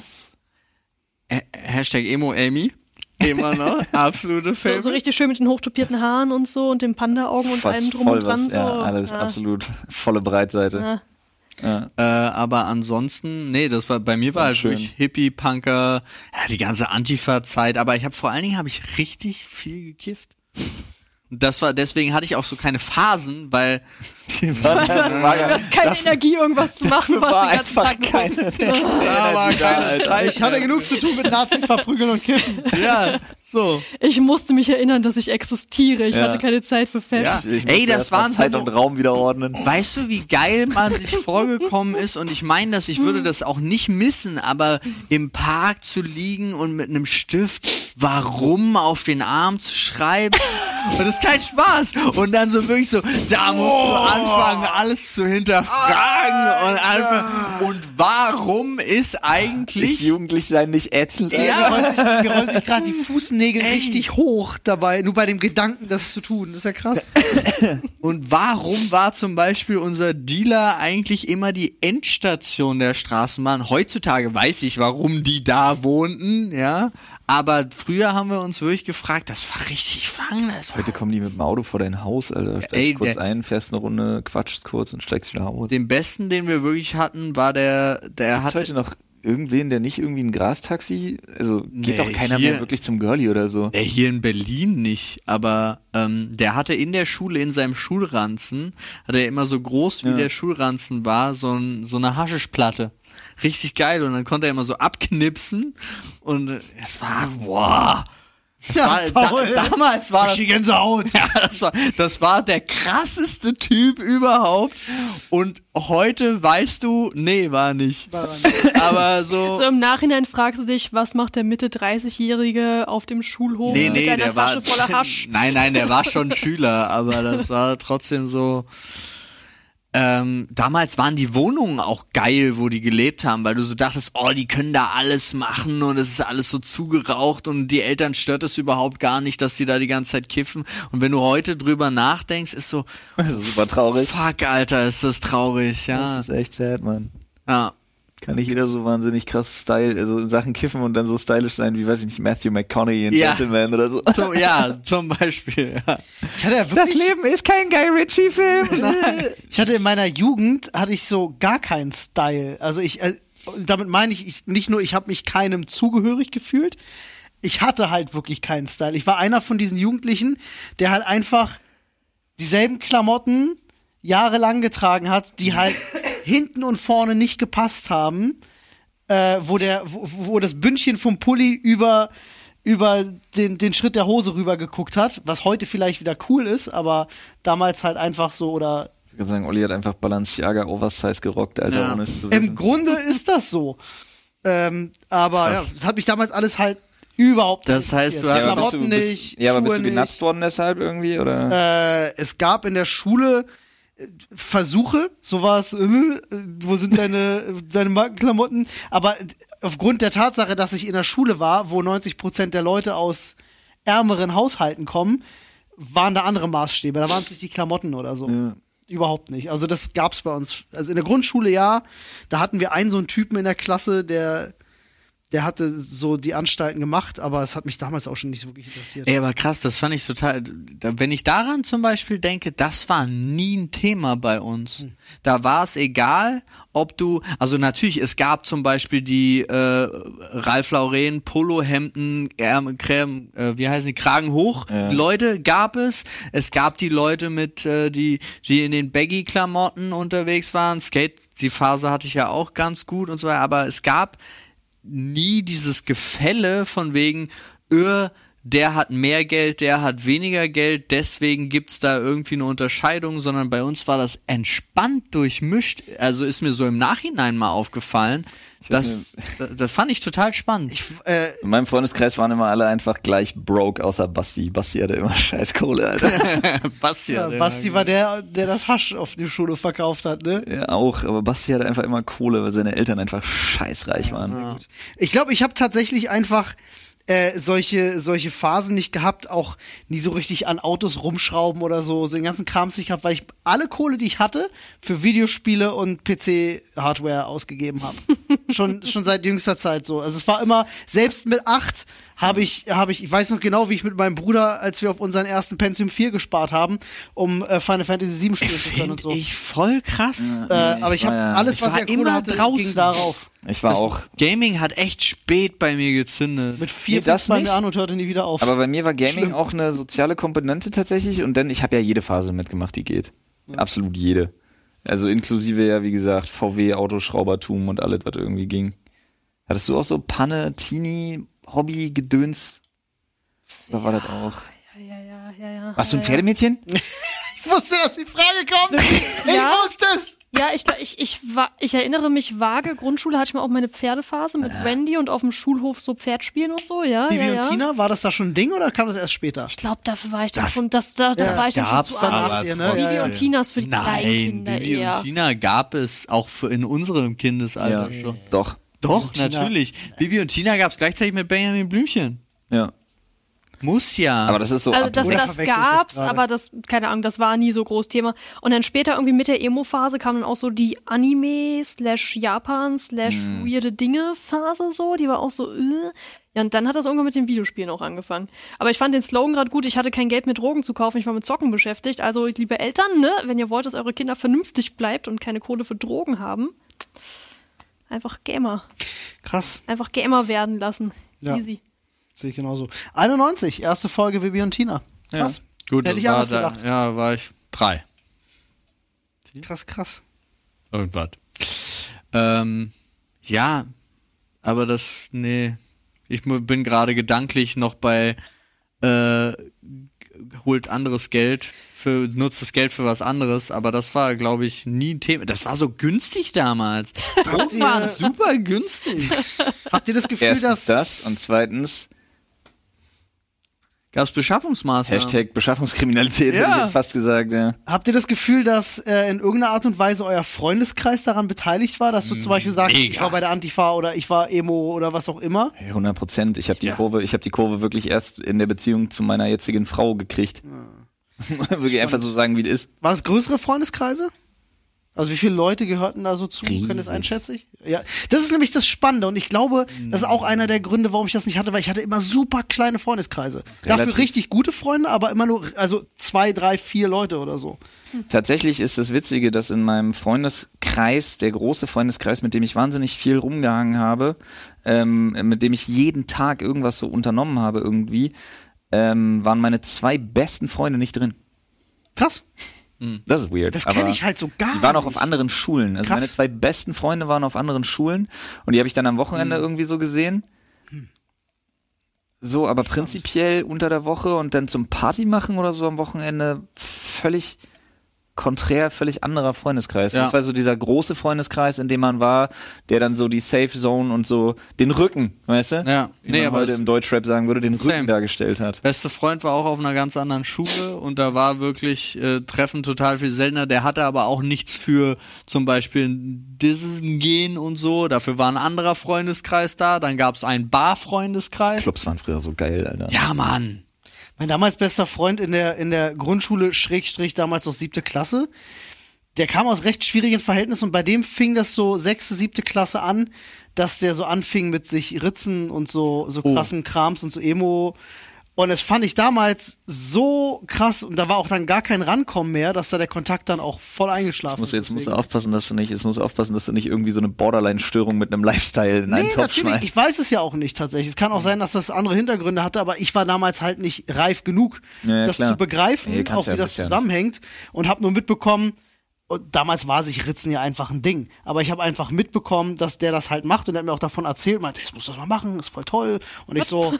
Hashtag Emo Amy. Immer noch. Absolute So Favorite. richtig schön mit den hochtopierten Haaren und so und den Panda-Augen und allem drum und dran. So. Ja, alles Ja. absolut volle Breitseite. Ja. Ja. Aber ansonsten, nee, das war bei mir war halt schön. wirklich Hippie, Punker, ja, die ganze Antifa-Zeit, aber vor allen Dingen habe ich richtig viel gekifft. Und deswegen hatte ich auch so keine Phasen, weil Du hast keine Energie, irgendwas zu machen, was den ganzen Tag da war keine Zeit. Ich hatte genug zu tun mit Nazis verprügeln und kiffen. Ja, so. Ich musste mich erinnern, dass ich existiere. Ich Ja. hatte keine Zeit für Fans. Ja. Ich Ey, musste das erst mal waren so Zeit und Raum wieder ordnen. Weißt du, wie geil man sich vorgekommen ist? Und ich meine, ich würde das auch nicht missen, aber im Park zu liegen und mit einem Stift warum auf den Arm zu schreiben. Und das ist kein Spaß. Und dann so wirklich so, da musst du anfangen, alles zu hinterfragen und einfach. Und warum ist Ist eigentlich. Jugendlichsein nicht ätzend? Ja. Mir rollen sich gerade die Fußnägel richtig hoch dabei, nur bei dem Gedanken, das zu tun. Das ist ja krass. Und warum war zum Beispiel unser Dealer eigentlich immer die Endstation der Straßenbahn? Heutzutage weiß ich, warum die da wohnten, ja. Aber früher haben wir uns wirklich gefragt, das war richtig lang. Heute kommen die mit dem Auto vor dein Haus, Alter. Steigst Ey, kurz ein, fährst eine Runde, quatschst kurz und steigst wieder aus. Den besten, den wir wirklich hatten, war der Hat's hatte. heute noch irgendwen, der nicht irgendwie ein Grastaxi, also geht Nee, doch keiner hier- mehr wirklich zum Girlie oder so. Hier in Berlin nicht, aber der hatte in der Schule, in seinem Schulranzen, hatte er immer so groß wie Ja. der Schulranzen war, so eine Haschischplatte. Richtig geil. Und dann konnte er immer so abknipsen und es war, boah. Damals war das Die Gänsehaut. ja, das war der krasseste Typ überhaupt. Und heute weißt du, nee, war nicht. Aber so. So im Nachhinein fragst du dich, was macht der Mitte 30-Jährige auf dem Schulhof Nee, mit einer der Tasche war. voller Hasch? Nein, der war schon Schüler, aber das war trotzdem so. Damals waren die Wohnungen auch geil, wo die gelebt haben, weil du so dachtest, oh, die können da alles machen und es ist alles so zugeraucht und die Eltern stört es überhaupt gar nicht, dass die da die ganze Zeit kiffen. Und wenn du heute drüber nachdenkst, ist so, Das ist super traurig. fuck, Alter, ist das traurig, ja. Das ist echt sad, Mann. Ja. Kann nicht jeder so wahnsinnig krass Style, also in Sachen kiffen und dann so stylisch sein wie, weiß ich nicht, Matthew McConaughey in Ja. Gentleman oder so. Zum Beispiel, ja. Ich hatte ja wirklich, Leben ist kein Guy Ritchie-Film. ich hatte in meiner Jugend, hatte ich so gar keinen Style. Also damit meine ich nicht nur, ich habe mich keinem zugehörig gefühlt, ich hatte halt wirklich keinen Style. Ich war einer von diesen Jugendlichen, der halt einfach dieselben Klamotten jahrelang getragen hat, die halt hinten und vorne nicht gepasst haben, wo das Bündchen vom Pulli über den Schritt der Hose rüber geguckt hat, was heute vielleicht wieder cool ist, aber damals halt einfach so, oder Ich würde sagen, Olli hat einfach Balenciaga Oversize gerockt, Alter, Ja. ohne es zu wissen. im Grunde ist das so. Aber ja, das hat mich damals alles halt überhaupt Das nicht heißt, interessiert. du hast- aber Klamotten nicht, ja, aber bist Schuhe du genutzt worden deshalb irgendwie, oder? Es gab in der Schule Versuche, sowas, wo sind deine Markenklamotten? Aber aufgrund der Tatsache, dass ich in der Schule war, wo 90% der Leute aus ärmeren Haushalten kommen, waren da andere Maßstäbe. Da waren es nicht die Klamotten oder so. Ja. Überhaupt nicht. Also das gab's bei uns. Also in der Grundschule ja, da hatten wir einen so einen Typen in der Klasse, der der hatte so die Anstalten gemacht, aber es hat mich damals auch schon nicht so wirklich interessiert. Ey, aber krass, das fand ich total, wenn ich daran zum Beispiel denke, das war nie ein Thema bei uns. Da war es egal, ob du, also natürlich, es gab zum Beispiel die Ralph Lauren Polohemden, wie heißen die, Kragen hoch, Leute gab es. Es gab die Leute mit, die in den Baggy-Klamotten unterwegs waren. Skate, die Phase hatte ich ja auch ganz gut und so weiter, aber es gab nie dieses Gefälle von wegen, der hat mehr Geld, der hat weniger Geld, deswegen gibt's da irgendwie eine Unterscheidung, sondern bei uns war das entspannt durchmischt. Also ist mir so im Nachhinein mal aufgefallen. Das fand ich total spannend. In meinem Freundeskreis waren immer alle einfach gleich broke, außer Basti. Basti hatte immer scheiß Kohle, Alter. Basti war der das Hasch auf die Schule verkauft hat, ne? Ja, auch. Aber Basti hatte einfach immer Kohle, weil seine Eltern einfach scheißreich waren. Ja. Ich glaube, ich habe tatsächlich einfach solche Phasen nicht gehabt, auch nie so richtig an Autos rumschrauben oder so den ganzen Krams nicht gehabt, weil ich alle Kohle, die ich hatte, für Videospiele und PC-Hardware ausgegeben habe. schon seit jüngster Zeit so. Also es war immer, selbst mit 8 habe ich weiß noch genau, wie ich mit meinem Bruder, als wir auf unseren ersten Pentium 4 gespart haben, um Final Fantasy 7 spielen zu können und so. Ich voll krass. Aber ich habe alles, was ich Kohle hatte, ging darauf. Ich war auch. Gaming hat echt spät bei mir gezündet. Mit 4 fing bei mir an und hörte nie wieder auf. Aber bei mir war Gaming auch eine soziale Komponente tatsächlich und dann, ich habe ja jede Phase mitgemacht, die geht. Ja. Absolut jede. Also inklusive ja, wie gesagt, VW, Autoschraubertum und alles, was irgendwie ging. Hattest du auch so Panne, Teenie, Hobby, Gedöns? Oder war das auch? Ja. Warst du ein Pferdemädchen? Ich wusste, dass die Frage kommt. Ich wusste es. Ja, ich erinnere mich vage, Grundschule hatte ich mal auch meine Pferdephase mit Wendy und auf dem Schulhof so Pferd spielen und so, ja. Bibi und Tina, war das da schon ein Ding oder kam das erst später? Ich glaube, dafür war ich dann schon, da war ich dann schon zu alt. Bibi und Tina ist für die Kleinkinder Bibi eher. und Tina gab es auch in unserem Kindesalter schon. Doch. Doch, natürlich. Bibi und Tina gab es gleichzeitig mit Benjamin Blümchen. Ja. Muss ja. Aber das ist so also das gab's, aber das, keine Ahnung, das war nie so groß Thema. Und dann später irgendwie mit der Emo-Phase kam dann auch so die Anime/Japan/weirde Dinge-Phase so, die war auch so, Ja, und dann hat das irgendwann mit den Videospielen auch angefangen. Aber ich fand den Slogan gerade gut, ich hatte kein Geld mehr Drogen zu kaufen, ich war mit Zocken beschäftigt. Also, liebe Eltern, ne, wenn ihr wollt, dass eure Kinder vernünftig bleibt und keine Kohle für Drogen haben, einfach Gamer. Krass. Einfach Gamer werden lassen. Ja. Easy. Sehe ich genauso. 91, erste Folge Bibi und Tina. Krass. Ja. Gut, hätte ich anders gedacht. Ja, war ich 3. Krass. Irgendwas. Ja, aber ich bin gerade gedanklich noch bei holt anderes Geld, nutzt das Geld für was anderes, aber das war, glaube ich, nie ein Thema. Das war so günstig damals. Drogen waren super günstig. Habt ihr das Gefühl, Erstens das und zweitens gab es Beschaffungsmaßnahmen. Hashtag Beschaffungskriminalität, hätte ich jetzt fast gesagt, ja. Habt ihr das Gefühl, dass in irgendeiner Art und Weise euer Freundeskreis daran beteiligt war, dass du zum Beispiel sagst, ich war bei der Antifa oder ich war Emo oder was auch immer? 100%. Ich habe die Kurve wirklich erst in der Beziehung zu meiner jetzigen Frau gekriegt. Wirklich einfach so sagen, wie es ist. Waren es größere Freundeskreise? Also wie viele Leute gehörten da so zu? Riesig. Könnt ihr das einschätzen? Ja, das ist nämlich das Spannende und ich glaube, das ist auch einer der Gründe, warum ich das nicht hatte, weil ich hatte immer super kleine Freundeskreise. Dafür richtig gute Freunde, aber immer nur, also 2, 3, 4 Leute oder so. Tatsächlich ist das Witzige, dass in meinem Freundeskreis, der große Freundeskreis, mit dem ich wahnsinnig viel rumgehangen habe, mit dem ich jeden Tag irgendwas so unternommen habe irgendwie, waren meine 2 besten Freunde nicht drin. Krass. Das ist weird. Das kenne ich halt so gar nicht. Die waren auch auf anderen Schulen. Also Krass. meine 2 besten Freunde waren auf anderen Schulen und die habe ich dann am Wochenende irgendwie so gesehen. So, aber prinzipiell unter der Woche und dann zum Party machen oder so am Wochenende völlig konträr, völlig anderer Freundeskreis. Ja. Das war so dieser große Freundeskreis, in dem man war, der dann so die Safe Zone und so den Rücken, weißt du? Ja. Wie man heute im Deutschrap sagen würde, den Rücken dargestellt hat. Beste Freund war auch auf einer ganz anderen Schule und da war wirklich Treffen total viel seltener. Der hatte aber auch nichts für zum Beispiel Dissen gehen und so. Dafür war ein anderer Freundeskreis da. Dann gab es einen Bar-Freundeskreis. Clubs waren früher so geil, Alter. Ja, Mann. Mein damals bester Freund in der Grundschule, Schrägstrich, damals noch 7. Klasse, der kam aus recht schwierigen Verhältnissen und bei dem fing das so 6., 7. Klasse an, dass der so anfing mit sich Ritzen und so krassem Krams und so Emo. Und das fand ich damals so krass und da war auch dann gar kein Rankommen mehr, dass da der Kontakt dann auch voll eingeschlafen ist. Jetzt musst du aufpassen, dass du nicht irgendwie so eine Borderline-Störung mit einem Lifestyle in einen Topf schmeißt. Ich weiß es ja auch nicht tatsächlich. Es kann auch sein, dass das andere Hintergründe hatte, aber ich war damals halt nicht reif genug, das zu begreifen, auch wie das zusammenhängt und habe nur mitbekommen, und damals war sich Ritzen ja einfach ein Ding. Aber ich habe einfach mitbekommen, dass der das halt macht und er hat mir auch davon erzählt, meinte, das musst du mal machen, ist voll toll. Und ich so,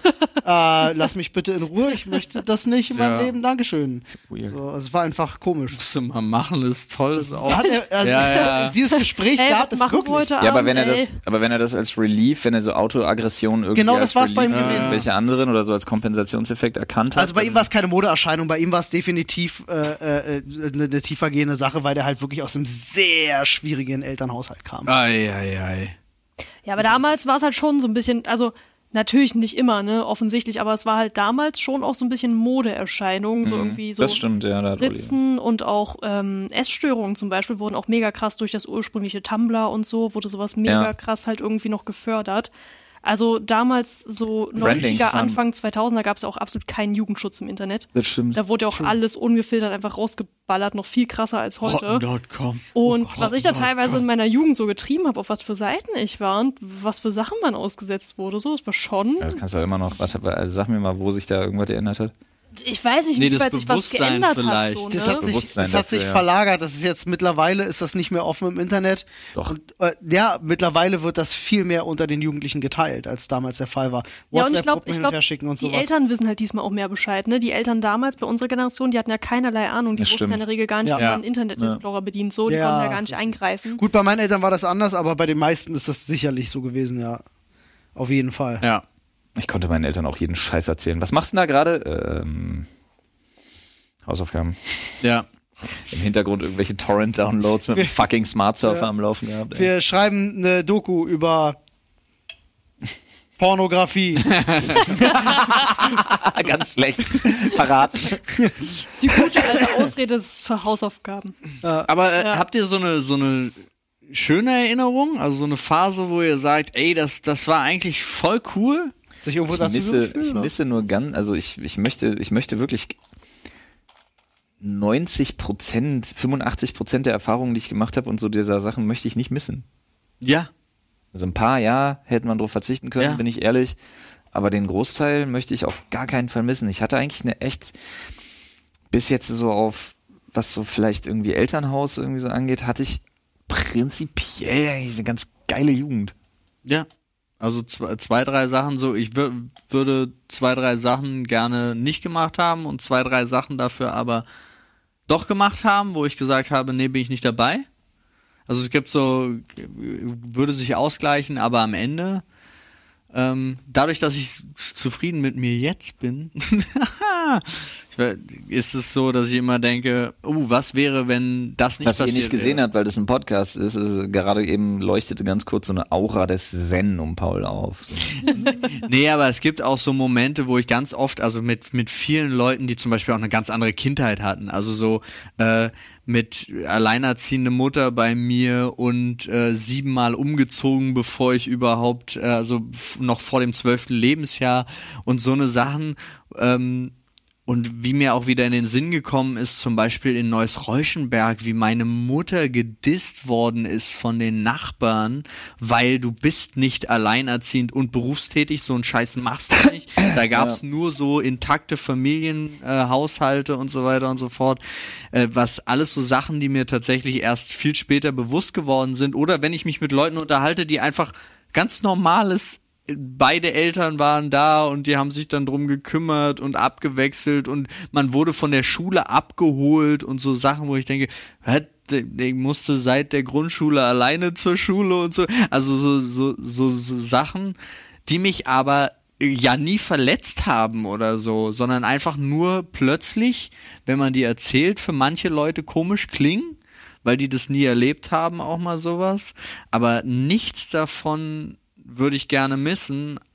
lass mich bitte in Ruhe, ich möchte das nicht in meinem Leben, Dankeschön. So, also es war einfach komisch. Musst du mal machen, ist toll. Ist auch dieses Gespräch gab es wirklich. Ja, aber wenn er das als Relief, wenn er so Autoaggression irgendwie genau, das war's bei ihm gewesen, welche anderen oder so als Kompensationseffekt erkannt hat. Also bei ihm war es keine Modeerscheinung, bei ihm war es definitiv eine tiefergehende Sache, weil der halt wirklich aus einem sehr schwierigen Elternhaushalt kam. Ja, aber damals war es halt schon so ein bisschen, also natürlich nicht immer, ne, offensichtlich, aber es war halt damals schon auch so ein bisschen Modeerscheinung, so irgendwie so das stimmt, ja, Ritzen und auch Essstörungen zum Beispiel wurden auch mega krass durch das ursprüngliche Tumblr und so, wurde sowas mega krass halt irgendwie noch gefördert. Also damals so 90er, Anfang 2000er gab es auch absolut keinen Jugendschutz im Internet. Das stimmt. Da wurde ja auch alles ungefiltert einfach rausgeballert, noch viel krasser als heute. Rotten.com. Und was ich da teilweise in meiner Jugend so getrieben habe, auf was für Seiten ich war und was für Sachen man ausgesetzt wurde, so, das war schon... Ja, das kannst du ja immer noch, sag mir mal, wo sich da irgendwas geändert hat. Ich weiß nicht, wie weit sich was geändert hat. So, ne? Das hat sich verlagert. Das ist jetzt mittlerweile ist das nicht mehr offen im Internet. Doch. Und, mittlerweile wird das viel mehr unter den Jugendlichen geteilt, als damals der Fall war. Ja, und ich glaube, und die Eltern wissen halt diesmal auch mehr Bescheid. Ne? Die Eltern damals bei unserer Generation, die hatten ja keinerlei Ahnung. Die wussten ja in der Regel gar nicht, wie man einen Internet Explorer bedient. So, die konnten ja gar nicht eingreifen. Gut, bei meinen Eltern war das anders, aber bei den meisten ist das sicherlich so gewesen, ja. Auf jeden Fall. Ja. Ich konnte meinen Eltern auch jeden Scheiß erzählen. Was machst du denn da gerade? Hausaufgaben. Ja. Im Hintergrund irgendwelche Torrent-Downloads mit einem fucking Smart Surfer am Laufen gehabt. Wir schreiben eine Doku über Pornografie. Ganz schlecht. Verraten. Die gute alte Ausrede ist für Hausaufgaben. Aber habt ihr so eine schöne Erinnerung? Also so eine Phase, wo ihr sagt, ey, das war eigentlich voll cool? Sich irgendwo ich misse nur ganz, also ich möchte wirklich 90%, 85% der Erfahrungen, die ich gemacht habe und so dieser Sachen möchte ich nicht missen. Ja. Also ein paar, hätte man drauf verzichten können, bin ich ehrlich. Aber den Großteil möchte ich auf gar keinen Fall missen. Ich hatte eigentlich eine echt, bis jetzt so auf, was so vielleicht irgendwie Elternhaus irgendwie so angeht, hatte ich prinzipiell eigentlich eine ganz geile Jugend. Ja. Also zwei, drei Sachen so, ich würde 2, 3 Sachen gerne nicht gemacht haben und 2, 3 Sachen dafür aber doch gemacht haben, wo ich gesagt habe, nee, bin ich nicht dabei. Also es gibt so, würde sich ausgleichen, aber am Ende, dadurch, dass ich zufrieden mit mir jetzt bin, ist es so, dass ich immer denke, was wäre, wenn das nicht passiert wäre. Was ihr nicht gesehen habt, weil das ein Podcast ist, gerade eben leuchtete ganz kurz so eine Aura des Zen um Paul auf. So. Nee, aber es gibt auch so Momente, wo ich ganz oft, also mit vielen Leuten, die zum Beispiel auch eine ganz andere Kindheit hatten, also so mit alleinerziehende Mutter bei mir und 7-mal umgezogen, bevor ich überhaupt, noch vor dem 12. Lebensjahr und so eine Sachen, und wie mir auch wieder in den Sinn gekommen ist, zum Beispiel in Neuss-Reuschenberg, wie meine Mutter gedisst worden ist von den Nachbarn, weil du bist nicht alleinerziehend und berufstätig, so einen Scheiß machst du nicht. Da gab's nur so intakte Familienhaushalte und so weiter und so fort. Was alles so Sachen, die mir tatsächlich erst viel später bewusst geworden sind. Oder wenn ich mich mit Leuten unterhalte, die einfach ganz normales, beide Eltern waren da und die haben sich dann drum gekümmert und abgewechselt und man wurde von der Schule abgeholt und so Sachen, wo ich denke, der musste seit der Grundschule alleine zur Schule und so. Also so Sachen, die mich aber ja nie verletzt haben oder so, sondern einfach nur plötzlich, wenn man die erzählt, für manche Leute komisch klingen, weil die das nie erlebt haben, auch mal sowas. Aber nichts davon würde ich gerne missen,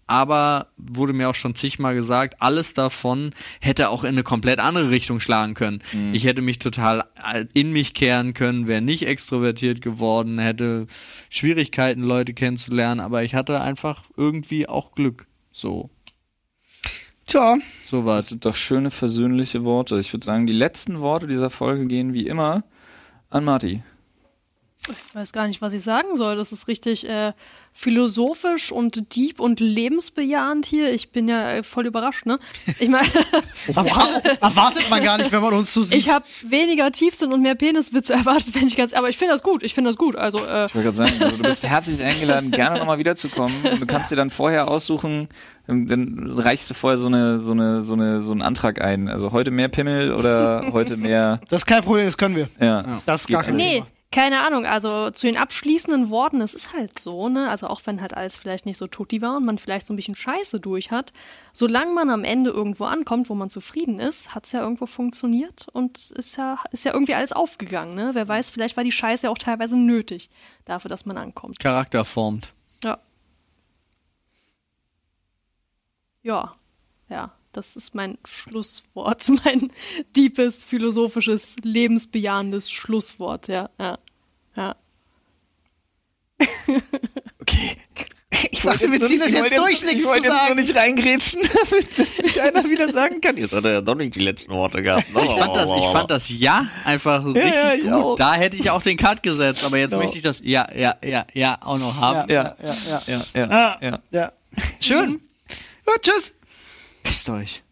aber wurde mir auch schon zigmal gesagt, alles davon hätte auch in eine komplett andere Richtung schlagen können. Ich hätte mich total in mich kehren können, wäre nicht extrovertiert geworden, hätte Schwierigkeiten, Leute kennenzulernen, aber ich hatte einfach irgendwie auch Glück. So. Tja. So was. Das sind doch schöne, versöhnliche Worte. Ich würde sagen, die letzten Worte dieser Folge gehen wie immer an Marty. Ich weiß gar nicht, was ich sagen soll. Das ist richtig philosophisch und deep und lebensbejahend hier. Ich bin ja voll überrascht, ne? Ich meine, Erwartet man gar nicht, wenn man uns so sieht. ich habe weniger Tiefsinn und mehr Peniswitze erwartet, wenn ich ganz. Aber ich finde das gut. Also, Ich wollte gerade sagen, also du bist herzlich eingeladen, gerne nochmal wiederzukommen. Du kannst dir dann vorher aussuchen, dann reichst du vorher so einen Antrag ein. Also heute mehr Pimmel oder heute mehr. Das ist kein Problem, das können wir. Ja. Das ist gar kein nee, Thema. keine Ahnung. Also zu den abschließenden Worten, es ist halt so, ne? Also auch wenn halt alles vielleicht nicht so tutti war und man vielleicht so ein bisschen Scheiße durch hat, solange man am Ende irgendwo ankommt, wo man zufrieden ist, hat's ja irgendwo funktioniert und ist ja irgendwie alles aufgegangen, ne? Wer weiß, vielleicht war die Scheiße ja auch teilweise nötig dafür, dass man ankommt. Charakter formt. Ja. Ja, das ist mein Schlusswort, mein deepes, philosophisches, lebensbejahendes Schlusswort, ja. Okay. Ich dachte, wir ziehen das jetzt durch, nichts zu sagen. nicht reingrätschen, damit das nicht einer wieder sagen kann. Jetzt hat er ja doch nicht die letzten Worte gehabt. Ich fand das Ja einfach richtig ich gut. auch. Da hätte ich auch den Cut gesetzt, aber jetzt möchte ich das Ja auch noch haben. Ja. Ja. Ja. Schön. Gut, tschüss. Pisst euch.